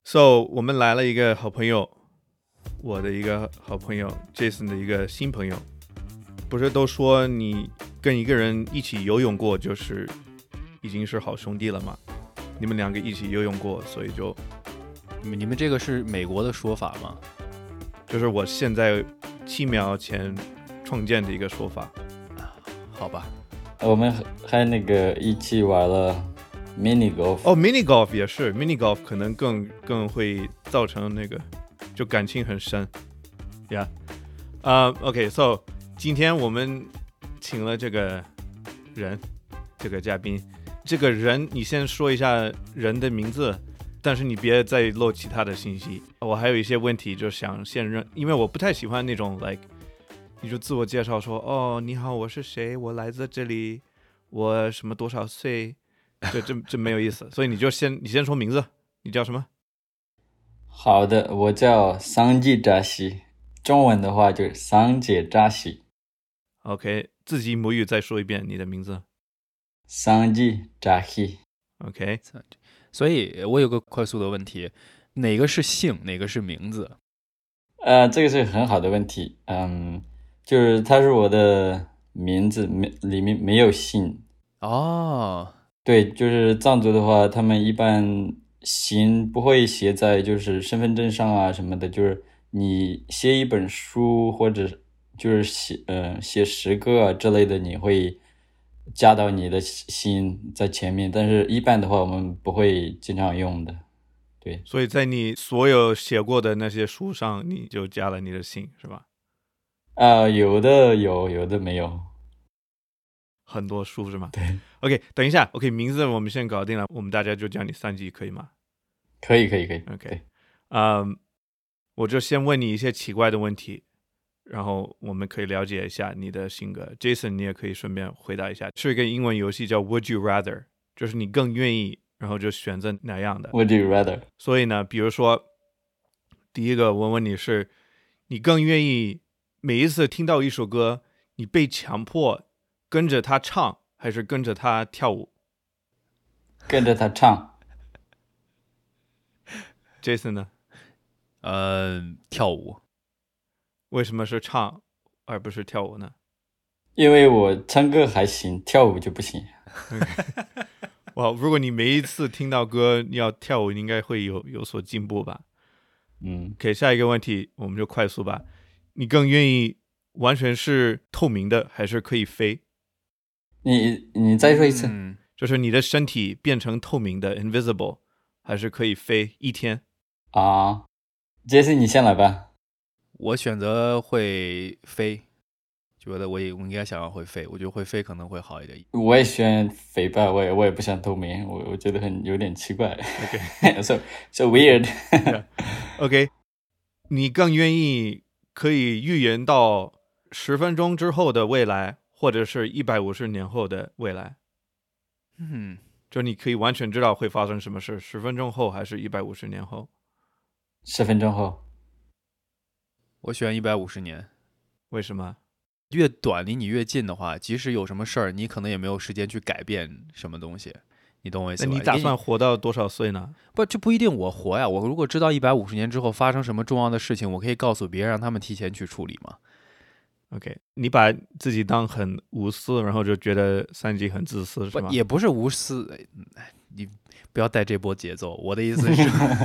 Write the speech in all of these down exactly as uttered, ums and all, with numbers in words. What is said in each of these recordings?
So 我们来了一个好朋友，我的一个好朋友 Jason 的一个新朋友。不是都说你跟一个人一起游泳过就是已经是好兄弟了吗？你们两个一起游泳过，所以就你们你们这个是美国的说法吗？ 就是我现在七秒前创建的一个说法。 好吧， 我们还那个一起玩了 mini golf。 哦 ，mini golf 也是 ，mini golf 可能更更会造成那个就感情很深，呀、yeah. 啊、uh, ，OK，so、okay, 今天我们请了这个人，这个嘉宾，这个人你先说一下人的名字，但是你别再漏其他的信息。我还有一些问题就想先认，因为我不太喜欢那种 like。你就自我介绍说，哦，你好，我是谁，我来自这里，我什么多少岁，这这这没有意思，所以你就先你先说名字，你叫什么？ 好的，我叫桑吉扎西，中文的话就是桑吉扎西。 OK， 自己母语再说一遍你的名字。 桑吉扎西。 OK， 所以我有个快速的问题，哪个是姓，哪个是名字？ 呃，这个是很好的问题，嗯。就是它是我的名字，没里面没有姓。 哦， 对，就是藏族的话，他们一般姓不会写在就是身份证上啊什么的，就是你写一本书或者就是写呃写诗歌啊之类的，你会加到你的姓在前面，但是一般的话我们不会经常用的。对， 所以在你所有写过的那些书上，你就加了你的姓，是吧？ 啊、呃，有的有，有的没有， 很多书是吗？ 对。 OK， 等一下 ，OK， 名字我们先搞定了，我们大家就叫你三吉，可以吗？ 可以，可以，可以。 OK， 嗯、um, 我就先问你一些奇怪的问题，然后我们可以了解一下你的性格。Jason， 你也可以顺便回答一下。是一个英文游戏叫 Would You Rather， 就是你更愿意，然后就选择哪样的。 Would you rather？ 所以呢，比如说，第一个我问你是，你更愿意每一次听到一首歌，你被强迫跟着他唱，还是跟着他跳舞？ 跟着他唱。 Jason 呢？ 呃，跳舞。 为什么是唱而不是跳舞呢？ 因为我唱歌还行，跳舞就不行。 哇，如果你每一次听到歌你要跳舞，应该会有有所进步吧？ 嗯。 OK， 下一个问题我们就快速吧。你更愿意完全是透明的，还是可以飞？ 你你再说一次。 嗯， 就是你的身体变成透明的 invisible， 还是可以飞一天？ 啊，杰西你先来吧。 我选择会飞，觉得我也我应该想要会飞，我觉得会飞可能会好一点。 我也选飞吧，我也我也不想透明，我我觉得很有点奇怪。 OK， so so weird 。 OK， 你更愿意可以预言到十分钟之后的未来，或者是一百五十年后的未来？ 嗯， 就你可以完全知道会发生什么事，十分钟后还是一百五十年后？ 十分钟后。 我选一百五十年。 为什么？ 越短离你越近的话，即使有什么事儿，你可能也没有时间去改变什么东西，你懂我意思吧？ 那你打算活到多少岁呢？ 不，这不一定我活呀。我如果知道一百五十年之后发生什么重要的事情，我可以告诉别人，让他们提前去处理嘛。 OK， 你把自己当很无私，然后就觉得三吉很自私是吗？ 不，也不是无私，你不要带这波节奏。我的意思是，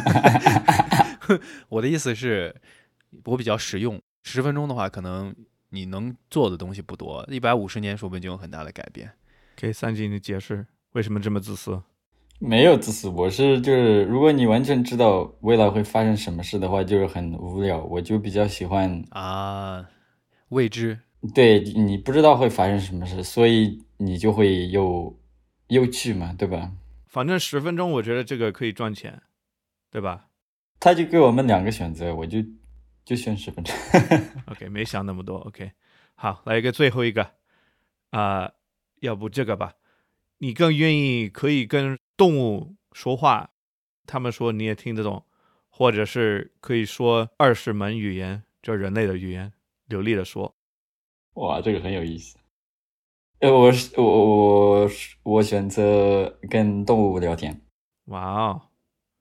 我的意思是，我比较实用。十分钟的话，可能你能做的东西不多，一百五十年说不定就有很大的改变。 给三吉你解释为什么这么自私？ 没有自私，我是就是如果你完全知道未来会发生什么事的话，就是很无聊。我就比较喜欢啊。未知， 对，你不知道会发生什么事，所以你就会有有趣嘛，对吧？ 反正十分钟我觉得这个可以赚钱，对吧？ 他就给我们两个选择，我就就选十分钟。 OK， 没想那么多。OK， 好，来一个最后一个啊、呃，要不这个吧？你更愿意可以跟动物说话，他们说你也听得懂，或者是可以说二十门语言，就人类的语言流利的说？ 哇，这个很有意思。呃，我是我我我选择跟动物聊天。 哇哦，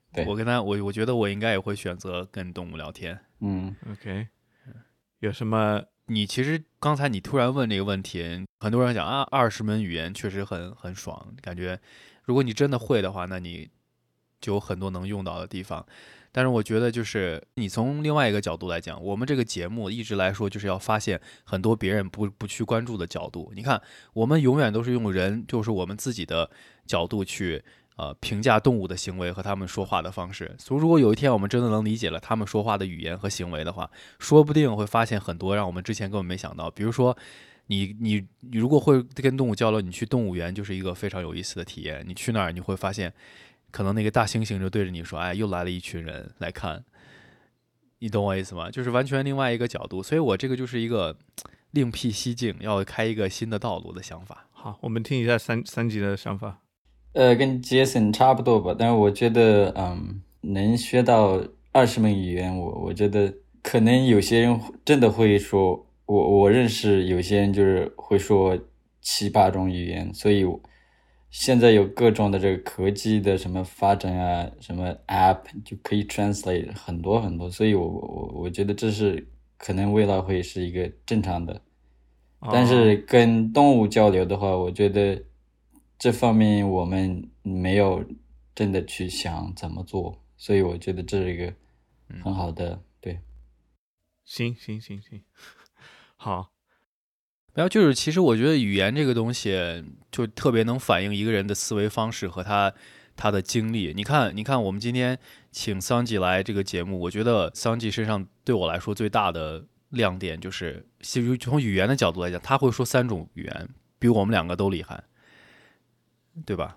对， 我跟他，我我觉得我应该也会选择跟动物聊天。 嗯 OK， 有什么？ 你其实刚才你突然问这个问题，很多人讲啊，二十门语言确实很很爽，感觉如果你真的会的话，那你就有很多能用到的地方。但是我觉得，就是你从另外一个角度来讲，我们这个节目一直来说就是要发现很多别人不不去关注的角度。你看，我们永远都是用人，就是我们自己的角度去呃评价动物的行为和他们说话的方式。所以，如果有一天我们真的能理解了他们说话的语言和行为的话，说不定会发现很多让我们之前根本没想到。比如说，你你你如果会跟动物交流，你去动物园就是一个非常有意思的体验。你去那儿，你会发现。可能那个大猩猩就对着你说：“哎，又来了一群人来看。”你懂我意思吗？就是完全另外一个角度。所以我这个就是一个另辟蹊径，要开一个新的道路的想法。 好，我们听一下三三级的想法。 呃，跟 Jason 差不多吧，但是我觉得，嗯，能学到二十门语言，我我觉得可能有些人真的会说，我我认识有些人就是会说七八种语言，所以我。现在有各种的这个科技的什么发展啊，什么 app 就可以 translate 很多很多，所以我我我觉得这是可能未来会是一个正常的。但是跟动物交流的话，我觉得这方面我们没有真的去想怎么做，所以我觉得这是一个很好的、嗯、对。 行行行行，好。 然后就是，其实我觉得语言这个东西，就特别能反映一个人的思维方式和他他的经历。你看，你看，我们今天请桑吉来这个节目，我觉得桑吉身上对我来说最大的亮点就是，从语言的角度来讲，他会说三种语言，比我们两个都厉害，对吧？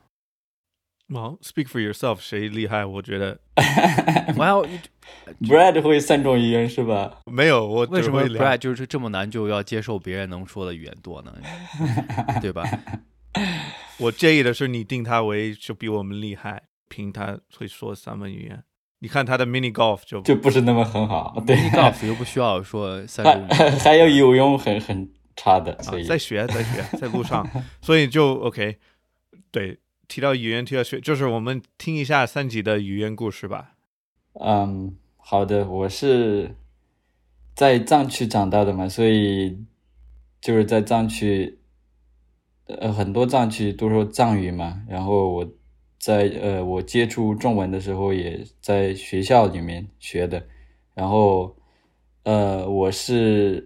Well, speak for yourself， 谁厉害？我觉得我要 Brad 会三种语言是吧？ 没有，我为什么 Brad 就是这么难就要接受别人能说的语言多呢？对吧？ 我介意的是你定他为就比我们厉害，凭他会说三门语言。你看他的 mini golf 就就不是那么很好，对 ，mini golf 又不需要说三种语言， 还有游泳很很差的，所以、 啊、在学在学在路上，所以就 OK。对，提到语言提到学，就是我们听一下三级的语言故事吧。 嗯，好的，我是在藏区长大的嘛，所以就是在藏区，呃，很多藏区都说藏语嘛。然后我在呃，我接触中文的时候也在学校里面学的。然后呃，我是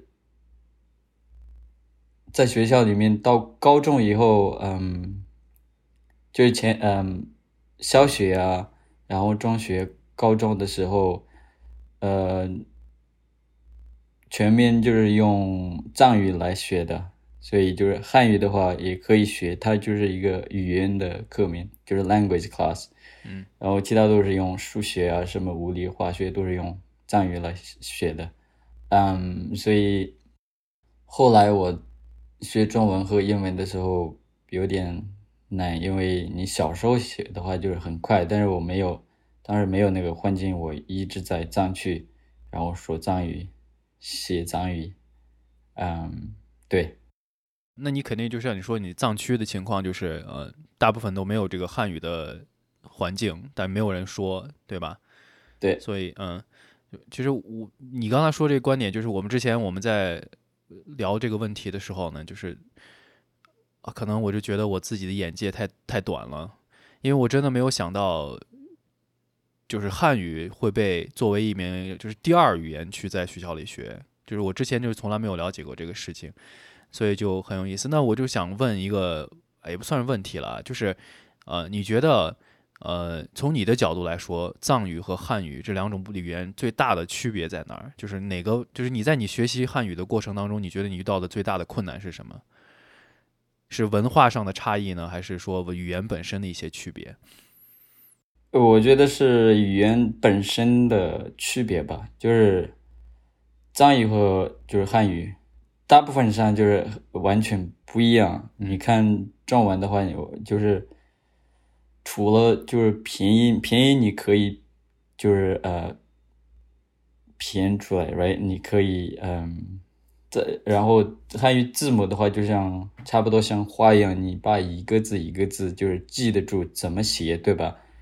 在学校里面到高中以后，嗯，就是前嗯小学啊，然后中学。高中的时候，呃，全面就是用藏语来学的，所以就是汉语的话也可以学，它就是一个语言的课名，就是 language class。 嗯， 然后其他都是用数学啊，什么物理、化学都是用藏语来学的。嗯，所以后来我学中文和英文的时候有点难，因为你小时候学的话就是很快，但是我没有。当时没有那个环境，我一直在藏区，然后说藏语，写藏语，嗯，对。 那你肯定就像你说，你藏区的情况就是，呃，大部分都没有这个汉语的环境，但没有人说，对吧？ 对。 所以，嗯，其实我你刚才说这个观点，就是我们之前我们在聊这个问题的时候呢，就是啊，可能我就觉得我自己的眼界太太短了，因为我真的没有想到。就是汉语会被作为一名就是第二语言去在学校里学，就是我之前就是从来没有了解过这个事情，所以就很有意思。那我就想问一个，也不算是问题了，就是呃，你觉得呃，从你的角度来说，藏语和汉语这两种语言最大的区别在哪儿？就是哪个？就是你在你学习汉语的过程当中，你觉得你遇到的最大的困难是什么？是文化上的差异呢，还是说语言本身的一些区别？ 我觉得是语言本身的区别吧，就是藏语和就是汉语大部分上就是完全不一样。你看中文的话，就是除了就是拼音，拼音你可以就是呃拼出来 ，right？ 你可以嗯，这然后汉语字母的话，就像差不多像画一样，你把一个字一个字就是记得住怎么写，对吧？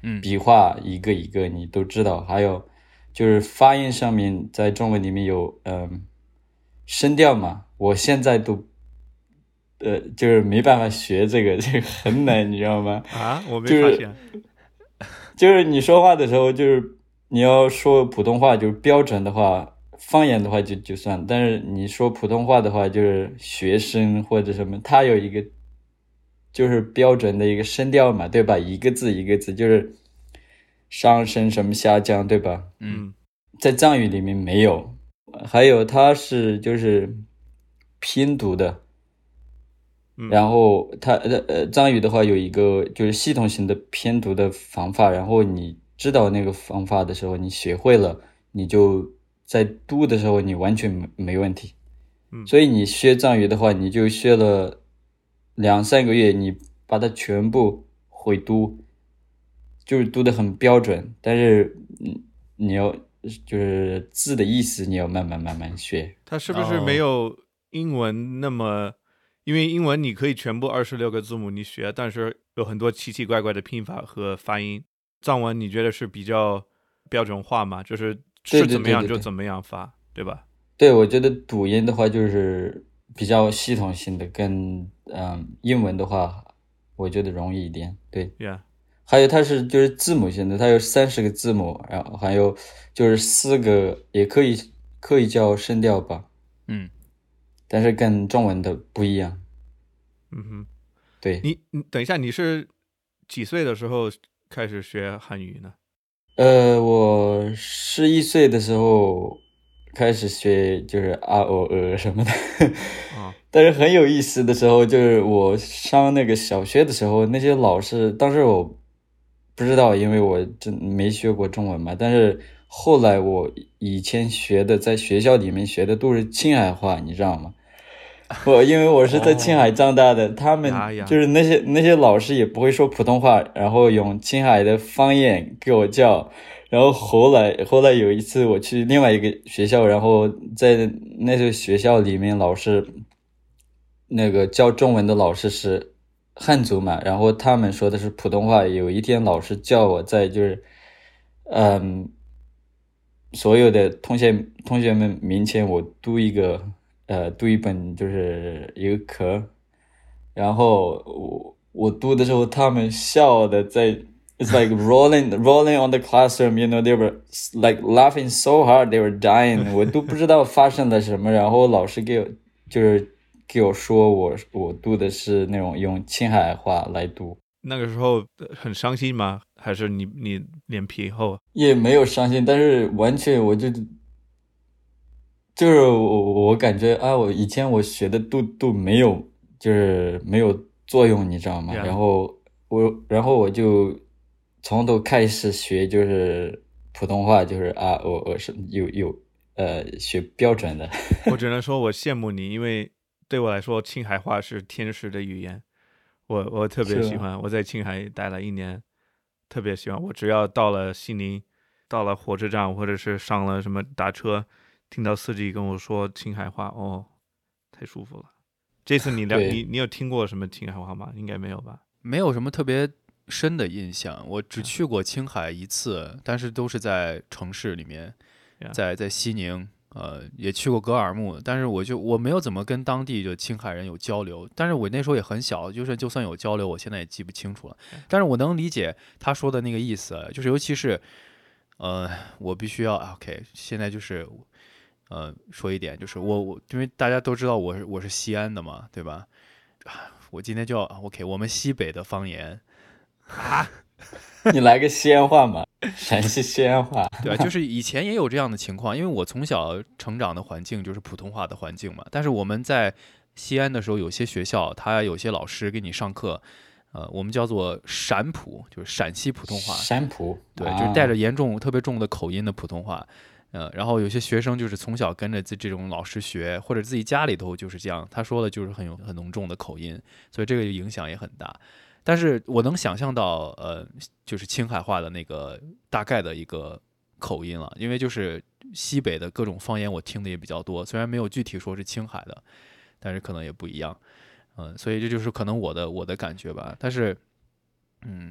嗯笔画一个一个你都知道，还有就是发音上面在中文里面有嗯声调嘛，我现在都呃就是没办法学这个，这个很难，你知道吗？ 啊，我没就是发现。 就是你说话的时候，就是你要说普通话，就是标准的话，方言的话就就算，但是你说普通话的话，就是学生或者什么，它有一个就是标准的一个声调嘛，对吧？一个字一个字，就是上升什么下降，对吧？ 嗯在藏语里面没有，还有它是就是拼读的， 嗯然后它呃呃藏语的话有一个就是系统性的拼读的方法，然后你知道那个方法的时候，你学会了，你就在读的时候你完全没没问题。 嗯所以你学藏语的话，你就学了两三个月，你把它全部会读，就是读的很标准，但是嗯你要就是字的意思你要慢慢慢慢学。 它是不是没有英文那么？因为英文你可以全部二十六个字母你学，但是有很多奇奇怪怪的拼法和发音。藏文你觉得是比较标准化吗？就是对对是怎么样对对对就怎么样发，对吧？ 对，我觉得读音的话就是比较系统性的，跟嗯英文的话，我觉得容易一点。对， Yeah， 还有它是就是字母性的，它有三十个字母，然后还有就是四个，也可以可以叫声调吧， 嗯， 但是跟中文的不一样。 嗯哼， 对， 你你等一下，你是几岁的时候开始学汉语呢？ 呃，我十一岁的时候开始学，就是啊哦呃什么的。 啊但是很有意思的时候，就是我上那个小学的时候，那些老师，当时我不知道，因为我真没学过中文嘛。但是后来我以前学的，在学校里面学的都是青海话，你知道吗？我因为我是在青海长大的，他们呀呀就是那些那些老师也不会说普通话，然后用青海的方言给我教。然后后来后来有一次我去另外一个学校，然后在那个学校里面，老师那个教中文的老师是汉族嘛，然后他们说的是普通话。有一天老师叫我在就是嗯所有的同学同学们面前我读一个呃读一本就是一个课，然后我我读的时候他们笑的在 it's like rolling rolling on the classroom, you know, they were like laughing so hard they were dying. 我都不知道发生了什么，然后老师给我就是给我说我我读的是那种用青海话来读。 那个时候很伤心吗？还是你你脸皮厚？ 也没有伤心，但是完全我就就是我我感觉啊，我以前我学的都都没有，就是没有作用，你知道吗？ Yeah. 然后我然后我就从头开始学，就是普通话，就是啊，我我是有有呃学标准的。 我只能说我羡慕你，因为对我来说青海话是天使的语言。我我特别喜欢，我在青海待了一年，特别喜欢。我只要到了西宁，到了火车站，或者是上了什么打车，听到司机跟我说青海话，哦，太舒服了。这次你了， 对你你有听过什么青海话吗？应该没有吧？ 没有什么特别深的印象，我只去过青海一次，但是都是在城市里面， Yeah. 在在西宁，呃，也去过格尔木，但是我就我没有怎么跟当地的青海人有交流，但是我那时候也很小，就是就算有交流，我现在也记不清楚了。但是我能理解他说的那个意思，就是尤其是，呃，我必须要 OK， 现在就是，呃，说一点，就是我我因为大家都知道我是我是西安的嘛，对吧？我今天就要 OK， 我们西北的方言。 啊， 你来个西安话嘛，陕西西安话。 对啊，就是以前也有这样的情况，因为我从小成长的环境就是普通话的环境嘛。但是我们在西安的时候，有些学校他有些老师给你上课，呃，我们叫做陕普，就是陕西普通话。 陕普， 对， 啊就是带着严重、特别重的口音的普通话。呃，然后有些学生就是从小跟着这这种老师学，或者自己家里头就是这样，他说的就是很有很浓重的口音，所以这个影响也很大。但是我能想象到，呃，就是青海话的那个大概的一个口音了，因为就是西北的各种方言我听的也比较多，虽然没有具体说是青海的，但是可能也不一样，嗯、呃，所以这就是可能我的我的感觉吧。但是，嗯，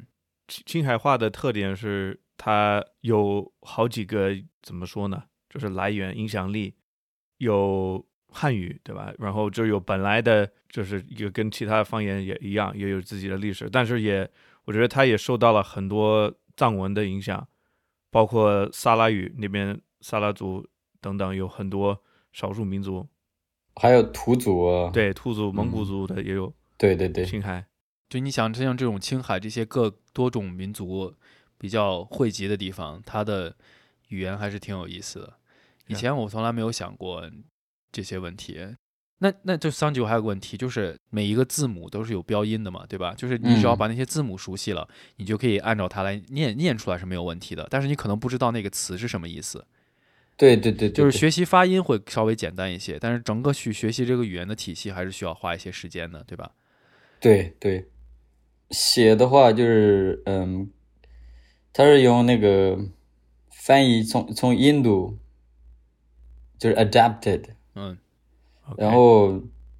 青海话的特点是它有好几个怎么说呢，就是来源影响力，有汉语对吧，然后就有本来的就是一个跟其他方言也一样，也有自己的历史，但是也我觉得它也受到了很多藏文的影响，包括撒拉语那边撒拉族等等，有很多少数民族， 还有土族啊， 对，兔族蒙古族的也有， 对对对， 青海就你想像这种青海这些各多种民族比较汇集的地方，它的语言还是挺有意思的。以前我从来没有想过这些问题。那那就桑吉还有个问题，就是每一个字母都是有标音的嘛，对吧？就是你只要把那些字母熟悉了，嗯、你就可以按照它来念念出来是没有问题的。但是你可能不知道那个词是什么意思。 对对 对, 对, 对， 就是学习发音会稍微简单一些，但是整个去学习这个语言的体系还是需要花一些时间的，对吧？ 对对，写的话就是嗯，它是用那个翻译从从印度就是 adapted， 嗯， okay. 然后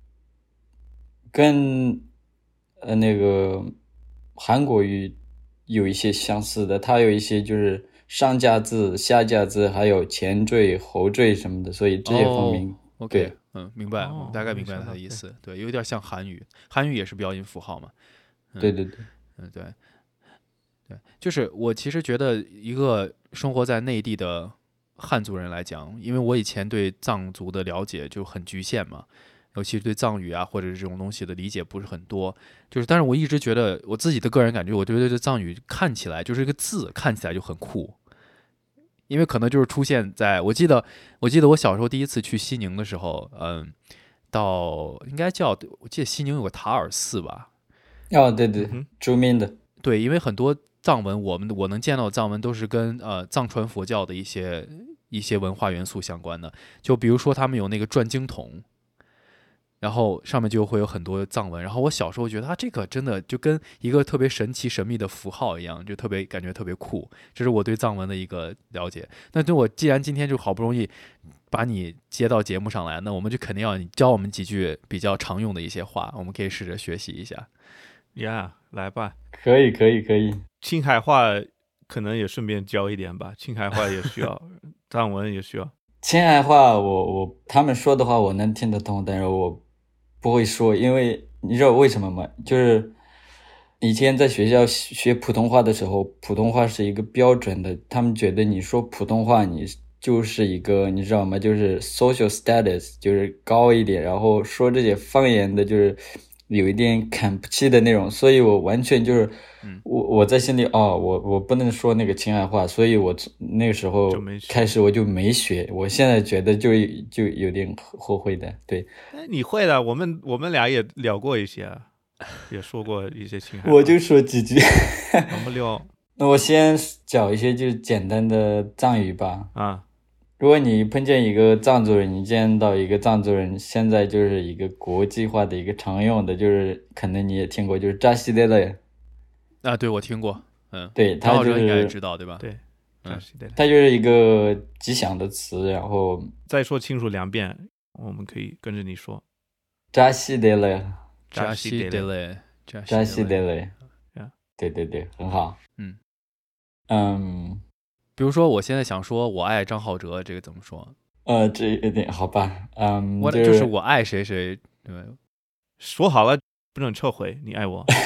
跟呃那个韩国语有一些相似的，它有一些就是上下字、下下字，还有前缀、后缀什么的，所以这些方面、 哦、OK， 对， 嗯，明白， 哦、 大概明白它的意思，对，有点像韩语，韩语也是标音符号嘛， 嗯、对对对， 嗯对，对，就是我其实觉得一个生活在内地的汉族人来讲，因为我以前对藏族的了解就很局限嘛，尤其是对藏语啊或者是这种东西的理解不是很多，就是但是我一直觉得我自己的个人感觉，我觉得这藏语看起来就是这个字看起来就很酷，因为可能就是出现在我记得我记得我小时候第一次去西宁的时候，嗯，到应该叫我记得西宁有个塔尔寺吧， 哦对对， 嗯、 著名的， 对，因为很多藏文我们我能见到的藏文都是跟呃藏传佛教的一些一些文化元素相关的，就比如说他们有那个转经筒，然后上面就会有很多藏文，然后我小时候觉得啊这个真的就跟一个特别神奇神秘的符号一样，就特别感觉特别酷，这是我对藏文的一个了解。那对我既然今天就好不容易把你接到节目上来，那我们就肯定要你教我们几句比较常用的一些话，我们可以试着学习一下。 呀、yeah, 来吧， 可以可以可以， 青海话可能也顺便教一点吧，青海话也需要，藏文也需要。 青海话我我他们说的话我能听得懂，但是我不会说，因为你知道为什么吗？就是以前在学校学普通话的时候，普通话是一个标准的，他们觉得你说普通话你就是一个你知道吗？就是 social status 就是高一点，然后说这些方言的就是有一点看不起的那种，所以我完全就是， 嗯、 我我在心里哦，我我不能说那个青海话，所以我那个时候开始我就没学，我现在觉得就就有点后悔的，对。 你会的，我们我们俩也聊过一些，也说过一些青海话。 我就说几句。 我们聊。 那我先讲一些就是简单的藏语吧。 啊。 如果你碰见一个藏族人，你见到一个藏族人，现在就是一个国际化的一个常用的，就是可能你也听过，就是扎西德勒。 啊，对，我听过，嗯， 对，他就是应该也知道，对吧？ 对，扎西德勒， 它就是一个吉祥的词，然后再说清楚两遍，我们可以跟着你说。 扎西德勒， 扎西德勒， 扎西德勒，对对对，很好， 嗯嗯。 比如说，我现在想说我爱张浩哲，这个怎么说？ 呃，这有点好吧，嗯， 我就、 就是我爱谁谁，对， 说好了不能撤回，你爱我。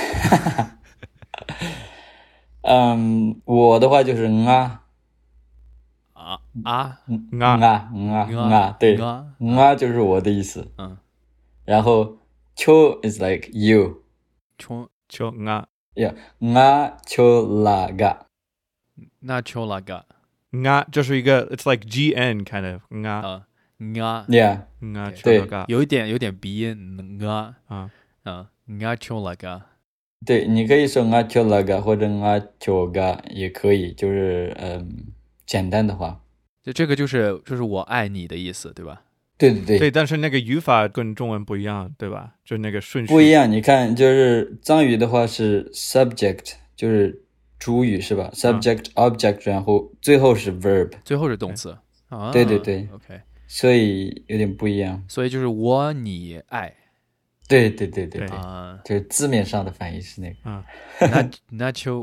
嗯，我的话就是啊啊啊啊啊啊啊，对，啊就是我的意思， 嗯， 然后秋 is like you， 秋秋啊 ，yeah， 啊秋拉嘎。 那秋拉嘎， 啊就是一个 ，it's like G N kind of 啊啊啊 ，yeah， 啊秋拉嘎， 有一点有点鼻音啊啊啊啊秋拉嘎， 对，你可以说啊秋拉嘎或者啊秋嘎也可以，就是嗯简单的话， 就这个就是就是我爱你的意思，对吧？ 对对对， 对，但是那个语法跟中文不一样，对吧？就那个顺序不一样。你看，就是藏语的话是 subject， 就是主语是吧 ？subject、嗯、object， 然后最后是 verb， 最后是动词。啊， 对对对 ，OK， 所以有点不一样。 所以就是我你爱。 对对对对啊， 就是字面上的翻译是那个。 啊， 那那秋，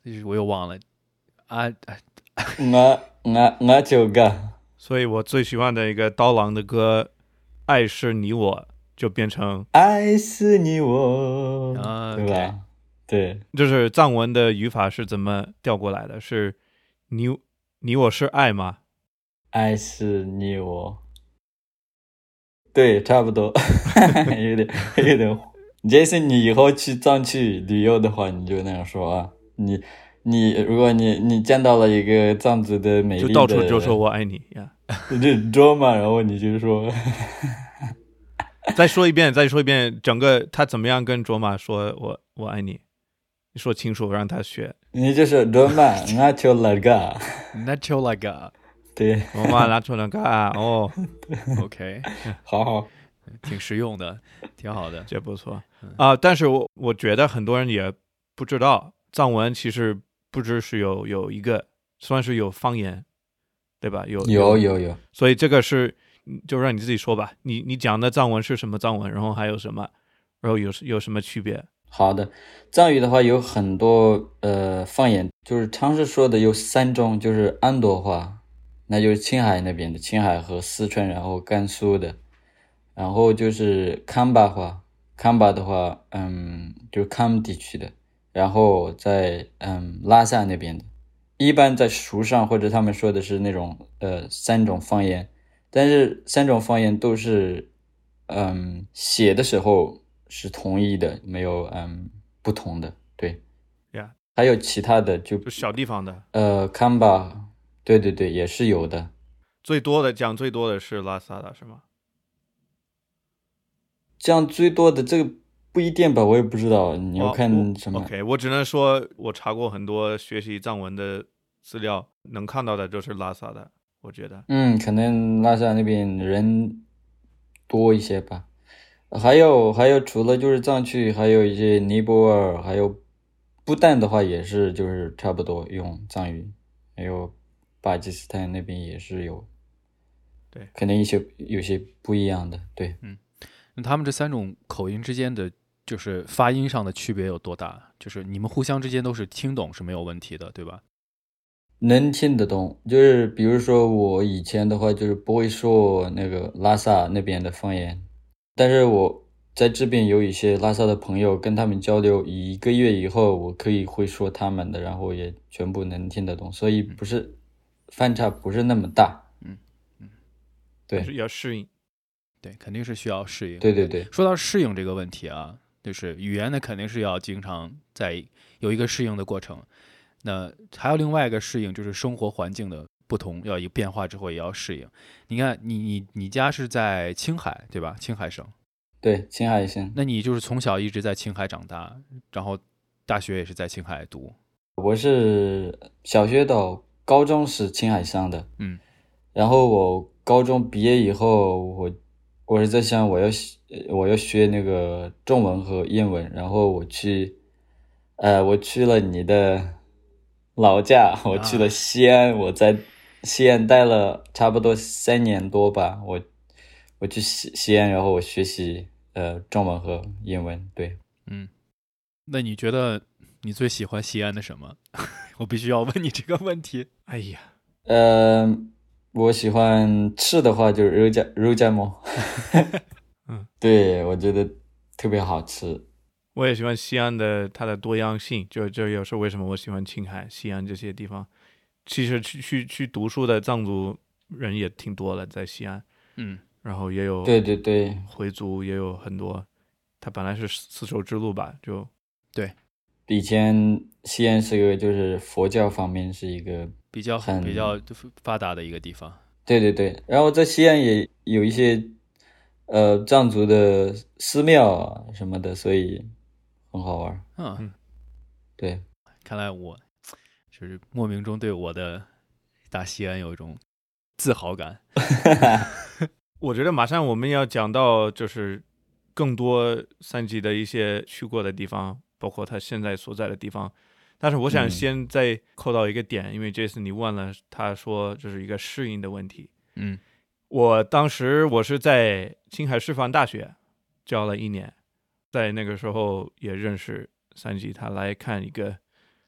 我又忘了啊啊我我我就个， 所以我最喜欢的一个刀郎的歌《爱是你我》就变成爱是你我， 啊对吧？对， 就是藏文的语法是怎么调过来的？是你你我是爱吗？ 爱是你我，对，差不多，有点有点。Jason，你以后去藏区旅游的话，你就那样说啊。你你，如果你你见到了一个藏族的美丽的， 就到处就说我爱你呀。 就捉嘛，然后你就说， 再说一遍，再说一遍，整个他怎么样跟卓玛说我我爱你？你说清楚，让他学。 你就说捉嘛，我就那个， 那就那个对， 我妈拿出来个哦 OK， 好好， 挺实用的，挺好的。 这不错啊、呃但是我我觉得很多人也不知道，藏文其实不只是有有一个，算是有方言，对吧？有有有有， 所以这个是就让你自己说吧。你你讲的藏文是什么藏文？然后还有什么？然后有有什么区别？ 好的，藏语的话有很多呃方言，就是常识说的有三种，就是安多话，那就是青海那边的，青海和四川，然后甘肃的，然后就是康巴话，康巴的话，嗯，就是康姆地区的，然后在嗯拉萨那边的，一般在书上或者他们说的是那种呃三种方言，但是三种方言都是嗯写的时候是统一的，没有嗯不同的，对。 呀、 还有其他的就就小地方的， 呃康巴，对对对，也是有的。 最多的讲最多的是拉萨的是吗？ 这样最多的这个不一定吧，我也不知道，你要哦看什么。 我 OK，我只能说我查过很多学习藏文的资料，能看到的就是拉萨的，我觉得。 嗯，可能拉萨那边人多一些吧。还有还有，除了就是藏区，还有一些尼泊尔，还有不丹的话也是就是差不多用藏语，还有巴基斯坦那边也是有， 对， 可能一些有些不一样的，对。 那他们这三种口音之间的，就是发音上的区别有多大？就是你们互相之间都是听懂是没有问题的，对吧？ 能听得懂，就是比如说我以前的话就是不会说那个拉萨那边的方言，但是我在这边有一些拉萨的朋友，跟他们交流一个月以后，我可以会说他们的，然后也全部能听得懂，所以不是反差不是那么大。 嗯嗯， 对是要适应。 对，肯定是需要适应。 对对对， 说到适应这个问题啊，就是语言呢肯定是要经常在有一个适应的过程。那还有另外一个适应，就是生活环境的不同，要一变化之后也要适应。你看，你你你家是在青海对吧？青海省。 对，青海省。 那你就是从小一直在青海长大，然后大学也是在青海读。 我是小学到高中是青海上的， 嗯， 然后我高中毕业以后，我我是在想我要我要学那个中文和英文，然后我去，呃，我去了你的老家，我去了西安，我在西安待了差不多三年多吧，我我去西西安，然后我学习呃中文和英文，对， 嗯，那你觉得你最喜欢西安的什么？我必须要问你这个问题。 哎呀， 呃，我喜欢吃的话就是肉夹肉夹馍， 嗯， 对，我觉得特别好吃。 我也喜欢西安的它的多样性，就就也是为什么我喜欢青海、西安这些地方。其实去去去读书的藏族人也挺多的，在西安， 嗯， 然后也有对对对， 回族，也有很多。它本来是丝绸之路吧，就对， 以前西安是个就是佛教方面是一个比较很比较发达的一个地方。 对对对，然后在西安也有一些呃藏族的寺庙啊什么的，所以很好玩。 嗯， 嗯对， 看来我就是莫名中对我的大西安有一种自豪感。 我觉得马上我们要讲到就是更多三级的一些去过的地方，包括他现在所在的地方。但是我想先再扣到一个点，嗯、因为这次你问了，他说这是一个适应的问题。 嗯， 我当时我是在青海师范大学教了一年，在那个时候也认识三级，他来看一个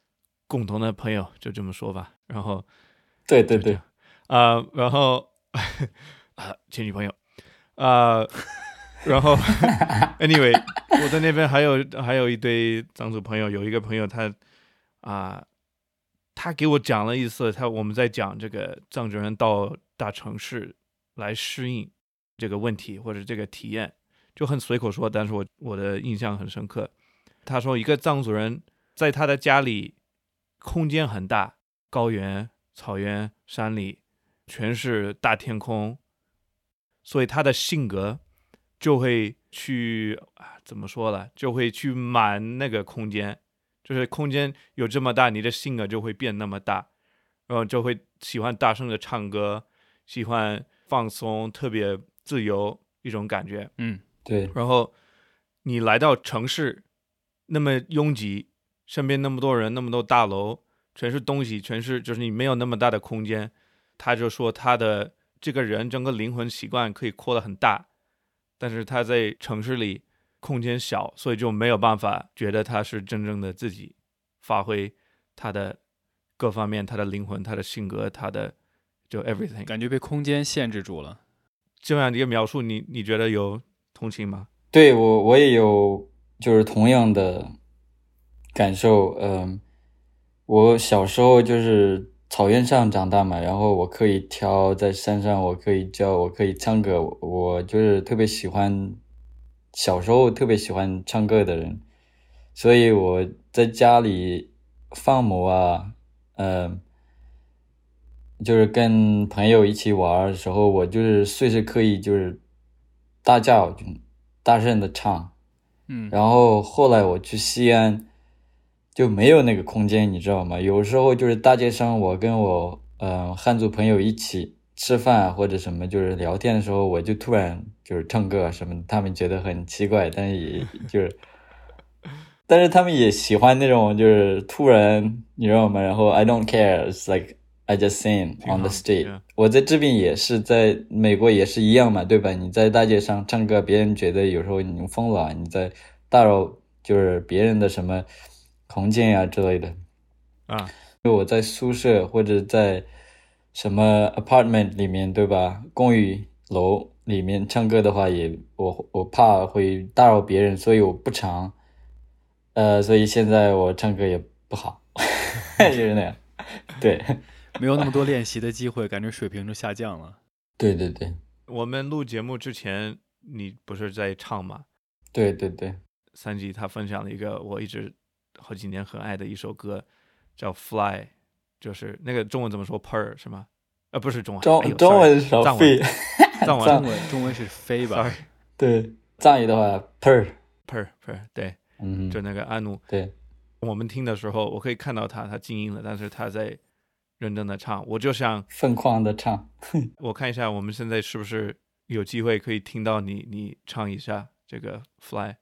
共同的朋友，就这么说吧。然后， 对对对， 啊、呃，然后啊，前女朋友，啊、呃，然后 ，anyway，我在那边还有还有一堆藏族朋友，有一个朋友他啊、呃，他给我讲了一次，他我们在讲这个藏族人到大城市来适应这个问题或者这个体验，就很随口说，但是我我的印象很深刻。他说，一个藏族人在他的家里，空间很大，高原、草原、山里，全是大天空，所以他的性格就会去啊，怎么说了，就会去满那个空间，就是空间有这么大，你的性格就会变那么大，然后就会喜欢大声的唱歌，喜欢放松，特别自由一种感觉。 嗯， 对。 然后你来到城市，那么拥挤，身边那么多人，那么多大楼，全是东西，全是就是你没有那么大的空间。他就说他的这个人整个灵魂习惯可以扩得很大，但是他在城市里空间小，所以就没有办法觉得他是真正的自己，发挥他的各方面，他的灵魂，他的性格，他的就 everything， 感觉被空间限制住了。 这样一个描述，你你觉得有同情吗？ 对，我我也有就是同样的感受。嗯，我小时候就是草原上长大嘛，然后我可以跳，在山上我可以叫，我可以唱歌，我就是特别喜欢，小时候特别喜欢唱歌的人，所以我在家里放牧啊，嗯，就是跟朋友一起玩的时候，我就是随时可以就是大叫，就大声的唱。 嗯， 然后后来我去西安就没有那个空间，你知道吗？有时候就是大街上我跟我呃汉族朋友一起吃饭或者什么，就是聊天的时候，我就突然就是唱歌什么的，他们觉得很奇怪，但是也就是但是他们也喜欢那种就是突然，你知道吗？然后 I don't care, it's like I just sing on the street。 Yeah. 我在这边也是，在美国也是一样嘛，对吧？你在大街上唱歌，别人觉得有时候你疯了，你在打扰就是别人的什么空间呀、之类的啊。 我在宿舍或者在什么 apartment 里面，对吧？公寓楼里面唱歌的话也，我我怕会打扰别人，所以我不唱。呃，所以现在我唱歌也不好，就是那样。对， 没有那么多练习的机会，感觉水平就下降了。 对对对， 我们录节目之前，你不是在唱吗？ 对对对。 三吉他分享了一个我一直好几年很爱的一首歌，叫《Fly》，就是那个中文怎么说 ？Per 是吗？呃，不是中文， 中、 哎、 中文是藏飞， 藏文， 中文中文是飞吧 ？Sorry， 对，藏语的话 per per per 对， 嗯， 就那个阿努。 对， 我们听的时候，我可以看到他，他静音了，但是他在认真的唱。我就想疯狂的唱。 我看一下，我们现在是不是有机会可以听到你你唱一下这个 Fly？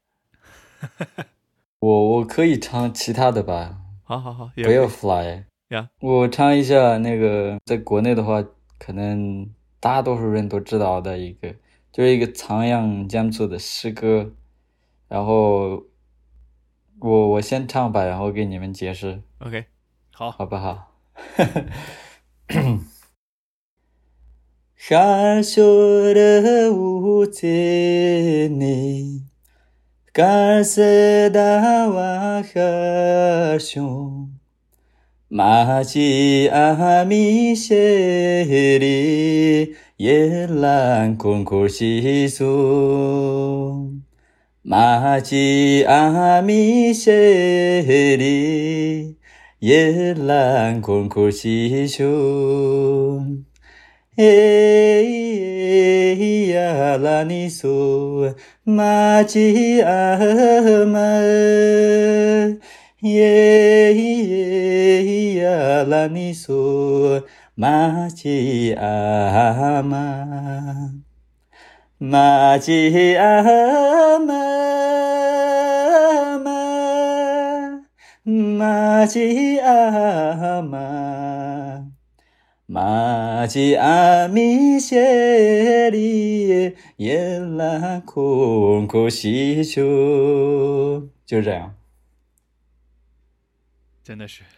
我我可以唱其他的吧， 好好好， 不要 Fly 呀。 我唱一下那个，在国内的话，可能大多数人都知道的一个，就是一个仓央嘉措的诗歌。然后我我先唱吧，然后给你们解释。 OK， 好， 好不好？哈修的乌贼呢，嘎塞达瓦哈熊，马吉阿米谢里耶兰坤库西苏。马吉阿米谢里耶兰坤库西苏。诶呀拉尼苏马吉阿玛，耶呀拉尼苏马吉阿玛，马吉阿玛玛，马吉阿玛。马吉阿米谢里耶拉空空西丘，就这样。 真的是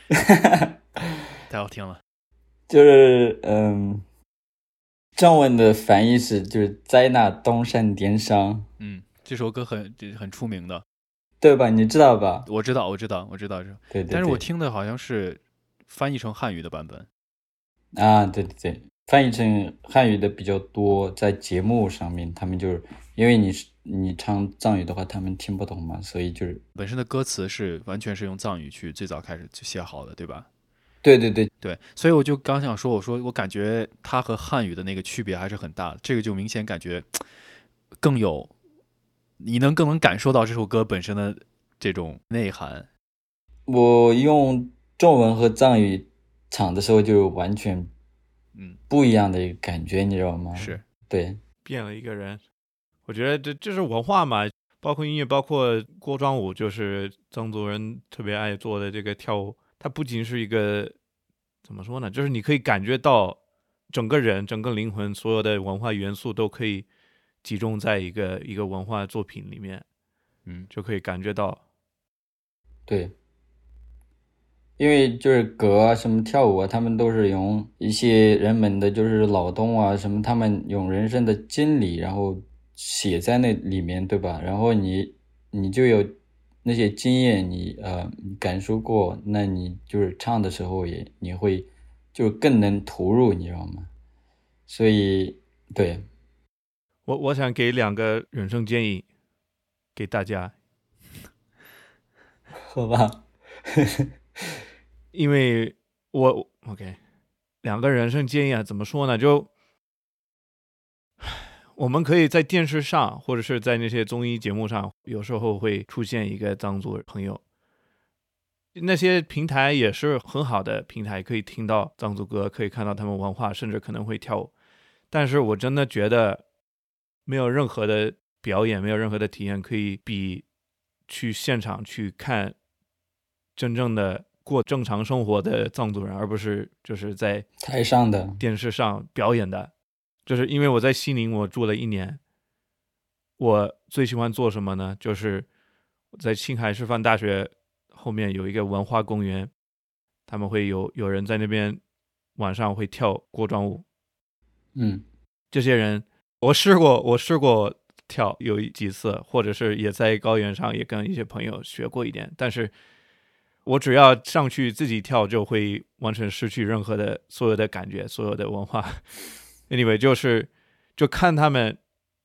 太好听了。 就是嗯，中文的翻译是就是在那东山巅上。 嗯，这首歌很很出名的， 对吧？你知道吧？ 我知道，我知道，我知道。 对对对。 但是我听的好像是翻译成汉语的版本。 啊，对对对，翻译成汉语的比较多，在节目上面，他们就是因为你是你唱藏语的话，他们听不懂嘛，所以就是本身的歌词是完全是用藏语去最早开始就写好的，对吧？ 对对对对，所以我就刚想说，我说我感觉它和汉语的那个区别还是很大的，这个就明显感觉更有，你能更能感受到这首歌本身的这种内涵。 我用中文和藏语唱的时候，就完全嗯不一样的一个感觉，你知道吗？ 是， 对， 变了一个人。我觉得这这是文化嘛，包括音乐，包括锅庄舞，就是藏族人特别爱做的这个跳舞。它不仅是一个怎么说呢，就是你可以感觉到整个人、整个灵魂，所有的文化元素都可以集中在一个一个文化作品里面， 嗯， 就可以感觉到。 对，因为就是歌啊，什么跳舞啊，他们都是用一些人们的就是劳动啊，什么他们用人生的经历，然后写在那里面，对吧？然后你你就有那些经验，你呃你感受过，那你就是唱的时候也你会就更能投入，你知道吗？所以对， 我我想给两个人生建议给大家， 好吧， 因为我 OK 两个人生建议啊，怎么说呢？就我们可以在电视上或者是在那些综艺节目上，有时候会出现一个藏族朋友，那些平台也是很好的平台，可以听到藏族歌，可以看到他们文化，甚至可能会跳舞。但是我真的觉得没有任何的表演，没有任何的体验可以比去现场去看真正的过正常生活的藏族人，而不是就是在台上的电视上表演的。就是因为我在西宁我住了一年，我最喜欢做什么呢？就是在青海师范大学后面有一个文化公园，他们会有有人在那边晚上会跳锅庄舞。 嗯， 这些人我试过，我试过跳有几次，或者是也在高原上也跟一些朋友学过一点，但是我只要上去自己跳，就会完全失去任何的所有的感觉，所有的文化。Anyway， 就是就看他们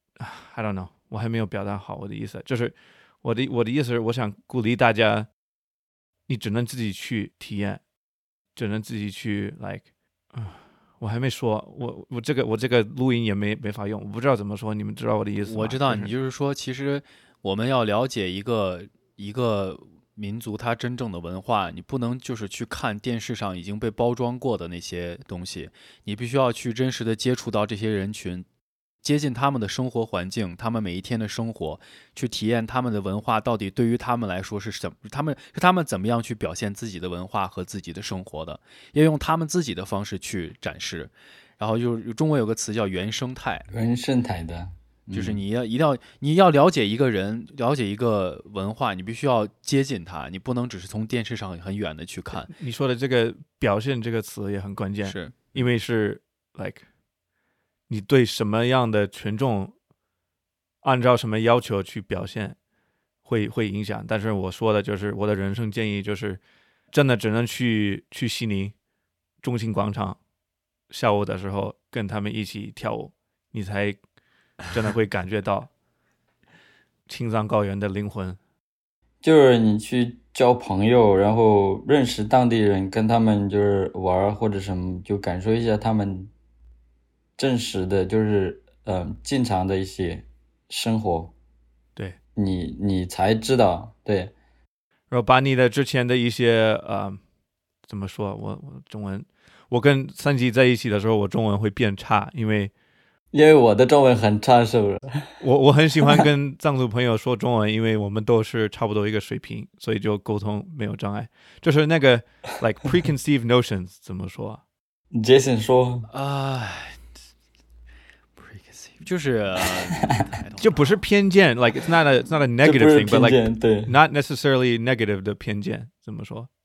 ，I don't know， 我还没有表达好我的意思，就是我的我的意思是，我想鼓励大家，你只能自己去体验，只能自己去 like， 啊、我还没说，我我这个我这个录音也没没法用，我不知道怎么说，你们知道我的意思吗？ 我知道， 就是你就是说，其实我们要了解一个一个民族它真正的文化，你不能就是去看电视上已经被包装过的那些东西，你必须要去真实的接触到这些人群，接近他们的生活环境，他们每一天的生活，去体验他们的文化到底对于他们来说是什么，他们是他们怎么样去表现自己的文化和自己的生活的，要用他们自己的方式去展示。然后就是中文有个词叫原生态， 原生态的。 就是你要一定要你要了解一个人，了解一个文化，你必须要接近他，你不能只是从电视上很远的去看。 你说的这个表现这个词也很关键， 是因为是 like 你对什么样的群众按照什么要求去表现会会影响。但是我说的就是我的人生建议，就是真的只能去去西宁中心广场下午的时候跟他们一起跳舞，你才真的会感觉到青藏高原的灵魂。 就是你去交朋友，然后认识当地人，跟他们就是玩或者什么，就感受一下他们真实的就是嗯、呃、经常的一些生活。 对， 你你才知道，对， 然后把你的之前的一些呃怎么说，我我中文，我跟三级在一起的时候，我中文会变差，因为因为我的中文很差，是不是？ 我我很喜欢跟藏族朋友说中文，因为我们都是差不多一个水平，所以就沟通没有障碍。就是那个 like preconceived notions 怎么说 ？Jason 说啊，就是、呃、 就不是偏见 ，like it's not a it's not a 这不 negative 是 thing，but 偏见， like 对 not necessarily negative 的偏见，怎么说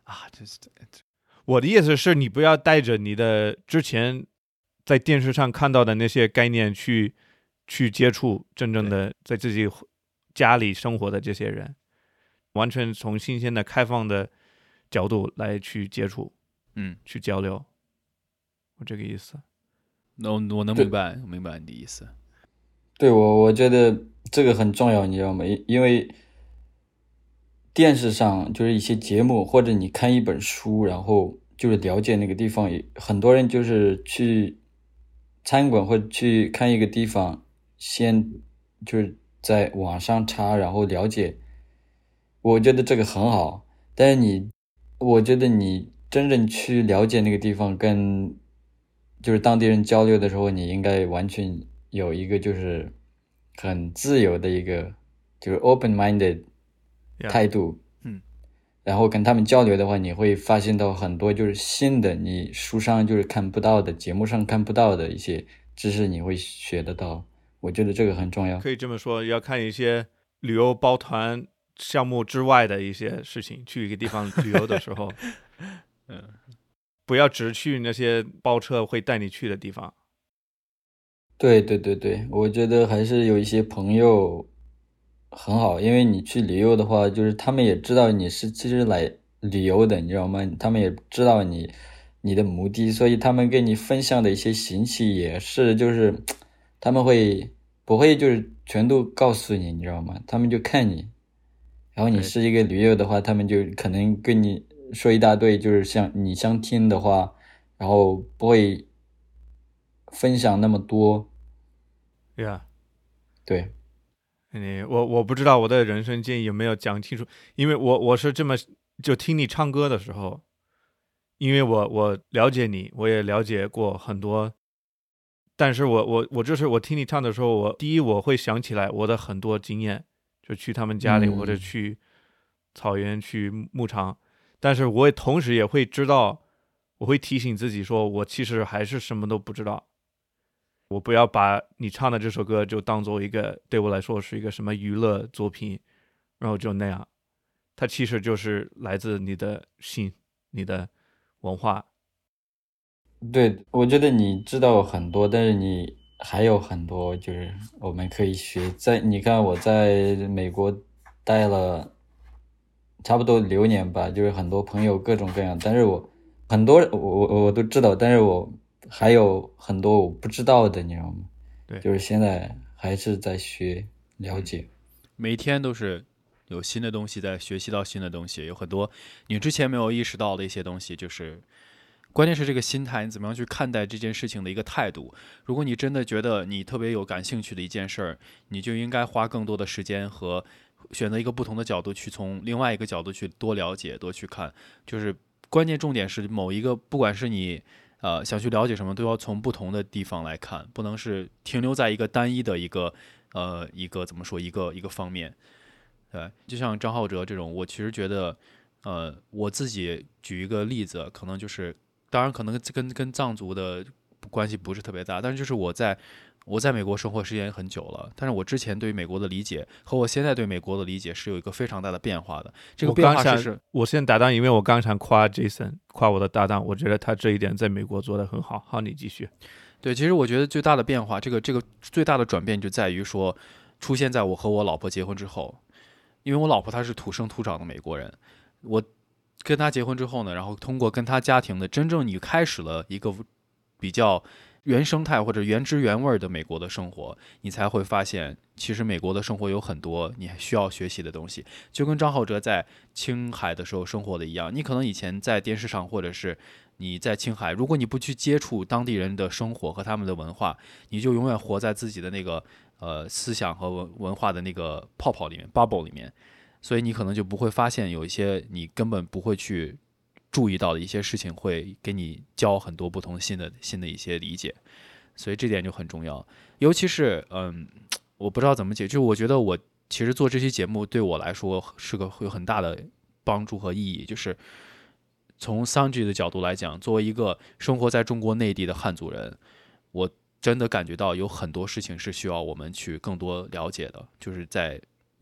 啊，这是我的意思是你不要带着你的之前在电视上看到的那些概念去去接触真正的在自己家里生活的这些人，完全从新鲜的开放的角度来去接触， 嗯， 去交流，我这个意思。 那我我能明白，我明白你的意思。 对，我我觉得这个很重要，你知道吗？因为电视上就是一些节目，或者你看一本书，然后就是了解那个地方，很多人就是去餐馆或者去看一个地方，先就是在网上查，然后了解。我觉得这个很好，但是你，我觉得你真正去了解那个地方，跟就是当地人交流的时候，你应该完全有一个就是很自由的一个就是 open-minded 态度， yeah. 嗯，然后跟他们交流的话，你会发现到很多就是新的你书上就是看不到的，节目上看不到的一些知识，你会学得到。我觉得这个很重要。 可以这么说，要看一些旅游包团项目之外的一些事情，去一个地方旅游的时候，嗯，不要只去那些包车会带你去的地方。 对对对对，我觉得还是有一些朋友很好，因为你去旅游的话，就是他们也知道你是其实来旅游的，你知道吗？他们也知道你你的目的，所以他们跟你分享的一些信息也是，就是他们会不会就是全都告诉你，你知道吗？他们就看你，然后你是一个驴友的话，他们就可能跟你说一大堆，就是像你想听的话，然后不会分享那么多。 对啊， 对。 你我我不知道我的人生建议有没有讲清楚，因为我我是这么就听你唱歌的时候，因为我我了解你，我也了解过很多，但是我我我就是我听你唱的时候，我第一我会想起来我的很多经验，就去他们家里、 嗯、 或者去草原去牧场，但是我也同时也会知道，我会提醒自己说，我其实还是什么都不知道。我不要把你唱的这首歌就当做一个对我来说是一个什么娱乐作品，然后就那样，它其实就是来自你的心，你的文化。 对，我觉得你知道很多，但是你还有很多就是我们可以学。在你看我在美国待了差不多六年吧，就是很多朋友各种各样，但是我很多我我我都知道，但是我还有很多我不知道的，你知道吗？ 对， 就是现在还是在学了解， 每天都是有新的东西在学习到新的东西，有很多你之前没有意识到的一些东西，就是关键是这个心态，你怎么样去看待这件事情的一个态度。如果你真的觉得你特别有感兴趣的一件事儿，你就应该花更多的时间和选择一个不同的角度去从另外一个角度去多了解多去看，就是关键重点是某一个，不管是你呃想去了解什么，都要从不同的地方来看，不能是停留在一个单一的一个呃一个怎么说一个一个方面。对，就像张浩哲这种，我其实觉得呃我自己举一个例子，可能就是当然可能跟跟藏族的关系不是特别大，但是就是我在我在美国生活时间很久了，但是我之前对于美国的理解和我现在对美国的理解是有一个非常大的变化的。这个变化是是我先搭档，因为我刚想夸 Jason， 夸我的搭档，我觉得他这一点在美国做得很好。好，你继续。 对，其实我觉得最大的变化，这个这个最大的转变就在于说，出现在我和我老婆结婚之后，因为我老婆她是土生土长的美国人，我跟她结婚之后呢，然后通过跟她家庭的真正你开始了一个比较原生态或者原汁原味的美国的生活，你才会发现其实美国的生活有很多你需要学习的东西。就跟张浩哲在青海的时候生活的一样，你可能以前在电视上或者是你在青海，如果你不去接触当地人的生活和他们的文化，你就永远活在自己的那个呃思想和文文化的那个泡泡里面 bubble 里面，所以你可能就不会发现有一些你根本不会去注意到的一些事情，会给你教很多不同新的新的一些理解，所以这点就很重要。尤其是嗯，我不知道怎么解，就我觉得我其实做这期节目对我来说是个有很大的帮助和意义，就是从桑吉的角度来讲，作为一个生活在中国内地的汉族人，我真的感觉到有很多事情是需要我们去更多了解的，就是在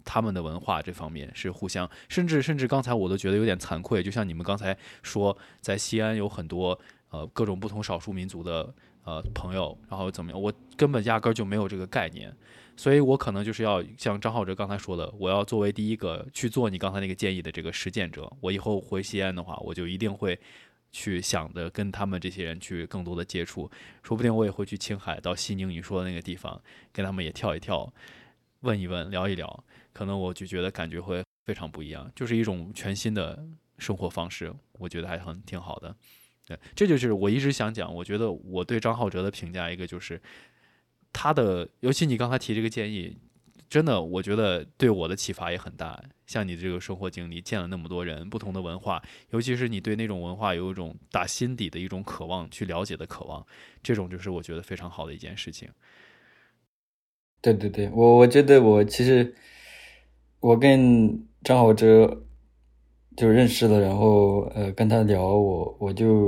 他们的文化这方面是互相，甚至甚至刚才我都觉得有点惭愧，就像你们刚才说，在西安有很多呃各种不同少数民族的呃朋友，然后怎么样，我根本压根儿就没有这个概念，所以我可能就是要像张浩哲刚才说的，我要作为第一个去做你刚才那个建议的这个实践者，我以后回西安的话，我就一定会去想着跟他们这些人去更多的接触，说不定我也会去青海到西宁你说的那个地方，跟他们也跳一跳，问一问，聊一聊，可能我就觉得感觉会非常不一样，就是一种全新的生活方式，我觉得还很挺好的。对，这就是我一直想讲，我觉得我对张浩哲的评价一个就是他的，尤其你刚才提这个建议，真的我觉得对我的启发也很大。像你这个生活经历，见了那么多人，不同的文化，尤其是你对那种文化有一种打心底的一种渴望，去了解的渴望，这种就是我觉得非常好的一件事情。 对对对，我我觉得我其实我跟张浩哲就认识了，然后呃跟他聊，我我就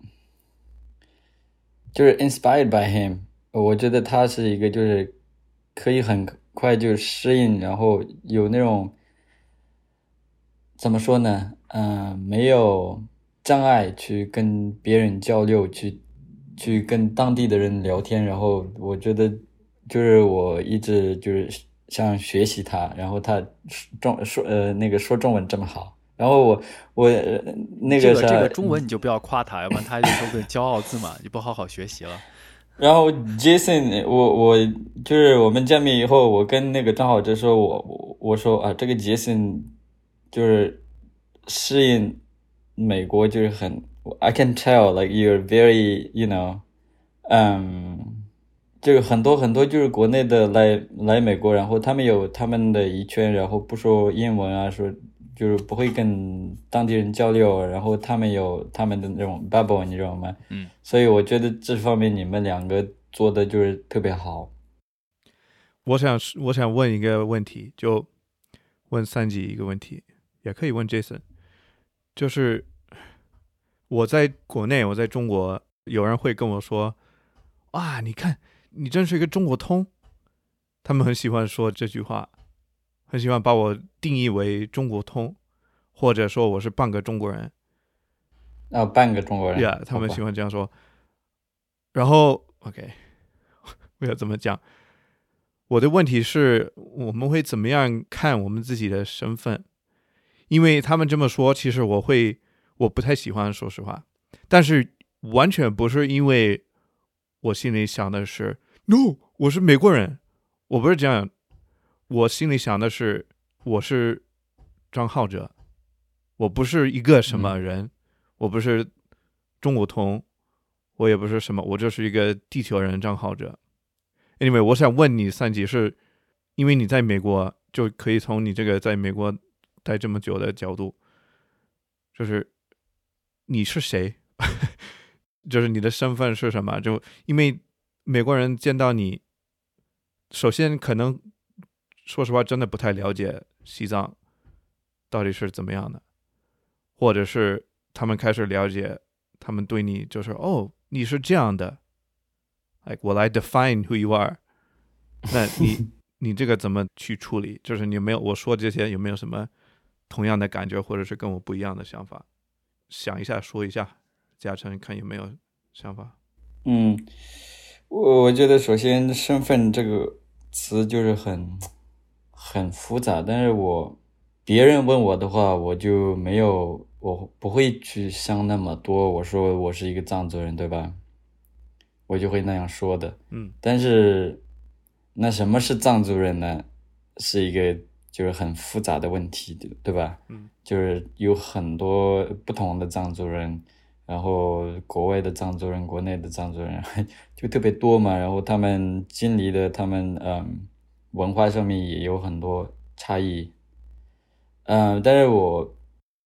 就是 inspired by him，我觉得他是一个就是可以很快就适应，然后有那种怎么说呢，嗯、呃，没有障碍去跟别人交流，去去跟当地的人聊天，然后我觉得就是我一直就是想学习他，然后他中说呃那个说中文这么好，然后我我、呃、那这个啥， 个这个中文你就不要夸他，要不然他就说个骄傲自满，你不好好学习了。 然后 Jason，我我就是我们见面以后，我跟那个张浩哲说，我我我说啊，这个 Jason 就是适应美国就是很 ，I can tell like you're very you know，嗯，就是很多很多就是国内的来来美国，然后他们有他们的一圈，然后不说英文啊，说就是不会跟当地人交流，然后他们有他们的那种 bubble，你知道吗？ 嗯， 所以我觉得这方面你们两个做的就是特别好。 我想我想问一个问题，就问三级一个问题，也可以问 Jason， 就是我在国内，我在中国，有人会跟我说，哇，你看你真是一个中国通，他们很喜欢说这句话，很喜欢把我定义为中国通，或者说我是半个中国人。 啊，半个中国人。 Yeah， 他们喜欢这样说。然后 OK， 我要怎么讲？我的问题是，我们会怎么样看我们自己的身份？因为他们这么说，其实我会我不太喜欢，说实话。但是完全不是因为我心里想的是 “no， 我是美国人”，我不是这样。我心里想的是，我是张浩哲，我不是一个什么人，嗯、我不是中国通，我也不是什么，我就是一个地球人张浩哲。Anyway， 我想问你三级，是因为你在美国，就可以从你这个在美国待这么久的角度，就是你是谁？就是你的身份是什么？就因为美国人见到你，首先可能说实话真的不太了解西藏到底是怎么样的，或者是他们开始了解，他们对你就是哦，你是这样的。Like, will I define who you are？ 那你你这个怎么去处理？就是你有没有我说这些有没有什么同样的感觉，或者是跟我不一样的想法？想一下，说一下，嘉诚看有没有想法。 嗯，我我觉得首先身份这个词就是很很复杂，但是我别人问我的话，我就没有，我不会去想那么多。我说我是一个藏族人，对吧？我就会那样说的。 嗯， 但是那什么是藏族人呢？是一个就是很复杂的问题，对吧？ 嗯， 就是有很多不同的藏族人，然后国外的藏族人，国内的藏族人就特别多嘛，然后他们经历的他们嗯文化上面也有很多差异。嗯，但是我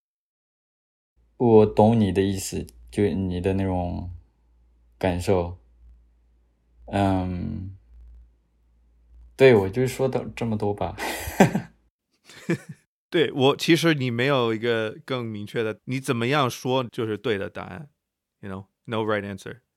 我懂你的意思，就你的那种感受。嗯，对，我就说到这么多吧。 对，我其实你没有一个更明确的，你怎么样说就是对的答案 ，you know，no right answer。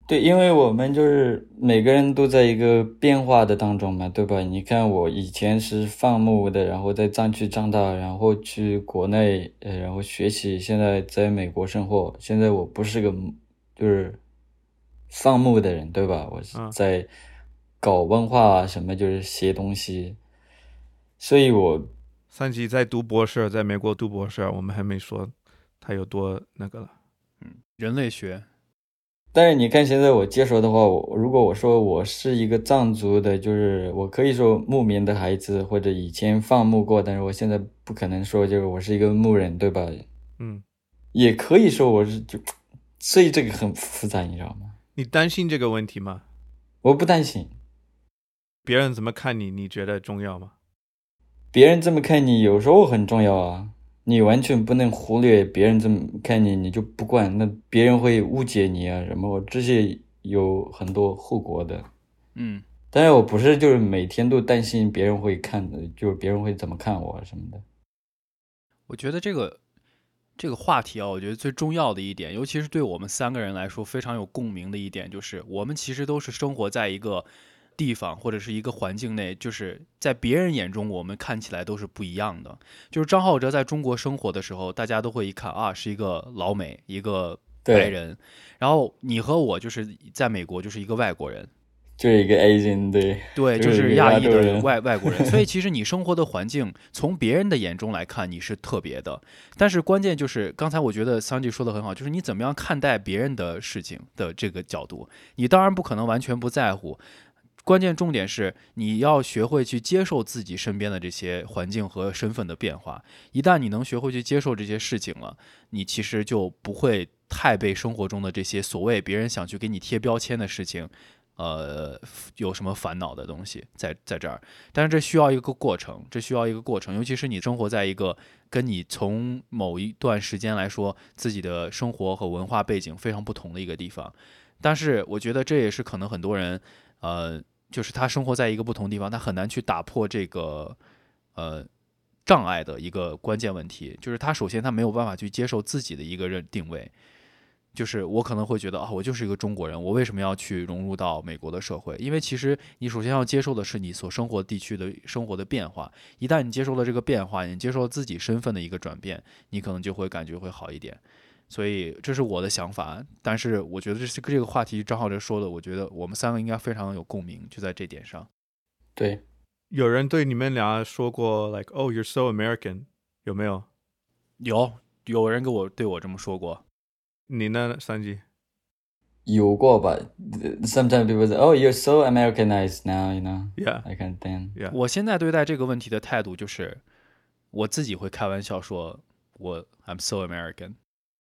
对，因为我们就是每个人都在一个变化的当中嘛，对吧？你看我以前是放牧的，然后在藏区长大，然后去国内，呃，然后学习，现在在美国生活。现在我不是个就是放牧的人，对吧？我是嗯在搞文化啊什么，就是写东西，所以我三级在读博士，在美国读博士，我们还没说他有多那个了。 人类学。 但是你看现在我接受的话，我如果我说我是一个藏族的，就是我可以说牧民的孩子，或者以前放牧过，但是我现在不可能说就是我是一个牧人，对吧？ 嗯， 也可以说我是就，所以这个很复杂，你知道吗？ 你担心这个问题吗？ 我不担心， 别人怎么看你，你觉得重要吗？ 别人这么看你有时候很重要啊，你完全不能忽略别人这么看你，你就不管，那别人会误解你啊什么，这些有很多后果的。 嗯， 但是我不是就是每天都担心别人会看的，就是别人会怎么看我什么的。 我觉得这个这个话题啊，我觉得最重要的一点，尤其是对我们三个人来说非常有共鸣的一点，就是我们其实都是生活在一个地方或者是一个环境内，就是在别人眼中我们看起来都是不一样的。就是张浩哲在中国生活的时候，大家都会一看啊，是一个老美，一个白人，然后你和我就是在美国就是一个外国人。 就是一个 Asian， 对对， 就就是亚裔的人外外国人，所以其实你生活的环境，从别人的眼中来看，你是特别的。但是关键就是，刚才我觉得桑吉说的很好，就是你怎么样看待别人的事情的这个角度，你当然不可能完全不在乎。关键重点是你要学会去接受自己身边的这些环境和身份的变化。一旦你能学会去接受这些事情了，你其实就不会太被生活中的这些所谓别人想去给你贴标签的事情。呃，有什么烦恼的东西在在这儿？但是这需要一个过程，这需要一个过程，尤其是你生活在一个跟你从某一段时间来说自己的生活和文化背景非常不同的一个地方。但是我觉得这也是可能很多人，呃，就是他生活在一个不同地方，他很难去打破这个呃障碍的一个关键问题，就是他首先他没有办法去接受自己的一个认定位。就是我可能会觉得啊，我就是一个中国人，我为什么要去融入到美国的社会？因为其实你首先要接受的是你所生活地区的生活的变化。一旦你接受了这个变化，你接受了自己身份的一个转变，你可能就会感觉会好一点。所以这是我的想法，但是我觉得这是这个话题张浩哲说的，我觉得我们三个应该非常有共鸣，就在这点上。 对， 有人对你们俩说过 like oh you're so American 有没有？ 有有人跟我对我这么说过。 你呢，三级？ 有过吧 ？Sometimes people say, "Oh, you're so Americanized now," you know? Yeah, I can't stand. yeah. 我现在对待这个问题的态度就是，我自己会开玩笑说，我 I'm so American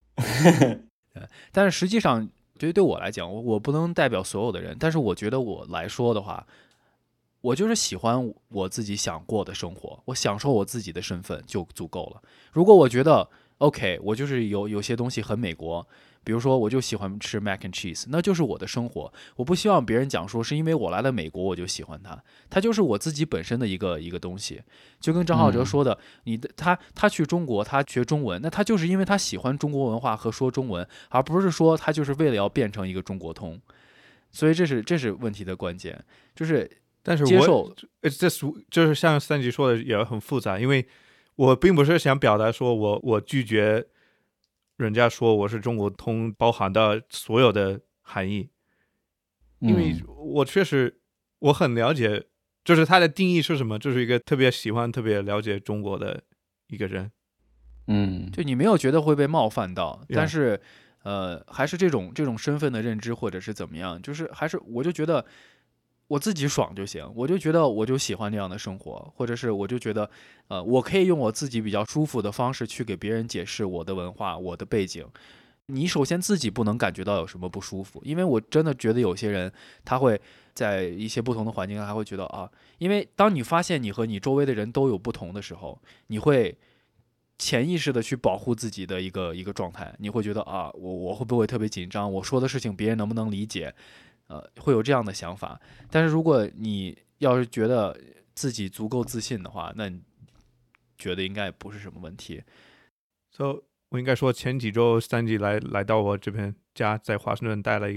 但是实际上，对于对我来讲，我我不能代表所有的人，但是我觉得我来说的话，我就是喜欢我自己想过的生活，我享受我自己的身份就足够了。如果我觉得 OK， 我就是有有些东西很美国。比如说，我就喜欢吃 mac and cheese， 那就是我的生活。我不希望别人讲说是因为我来了美国我就喜欢它，它就是我自己本身的一个一个东西。就跟张浩哲说的，嗯、你的他他去中国，他学中文，那他就是因为他喜欢中国文化和说中文，而不是说他就是为了要变成一个中国通。所以这是这是问题的关键，就是但是接受。 我 it's just 就是像三级说的也很复杂，因为我并不是想表达说我我拒绝。人家说我是中国通，包含到所有的含义，因为我确实我很了解，就是它的定义是什么，就是一个特别喜欢、特别了解中国的一个人。 嗯， 就你没有觉得会被冒犯到， Yeah. 但是呃，还是这种这种身份的认知或者是怎么样，就是还是我就觉得。我自己爽就行，我就觉得我就喜欢这样的生活，或者是我就觉得，呃，我可以用我自己比较舒服的方式去给别人解释我的文化、我的背景。你首先自己不能感觉到有什么不舒服，因为我真的觉得有些人他会在一些不同的环境下，他会觉得啊，因为当你发现你和你周围的人都有不同的时候，你会潜意识的去保护自己的一个一个状态，你会觉得啊，我我会不会特别紧张？我说的事情别人能不能理解？呃，会有这样的想法，但是如果你要是觉得自己足够自信的话，那你觉得应该也不是什么问题。 So 我应该说前几周三级来来到我这边家，在华盛顿待了一个礼拜。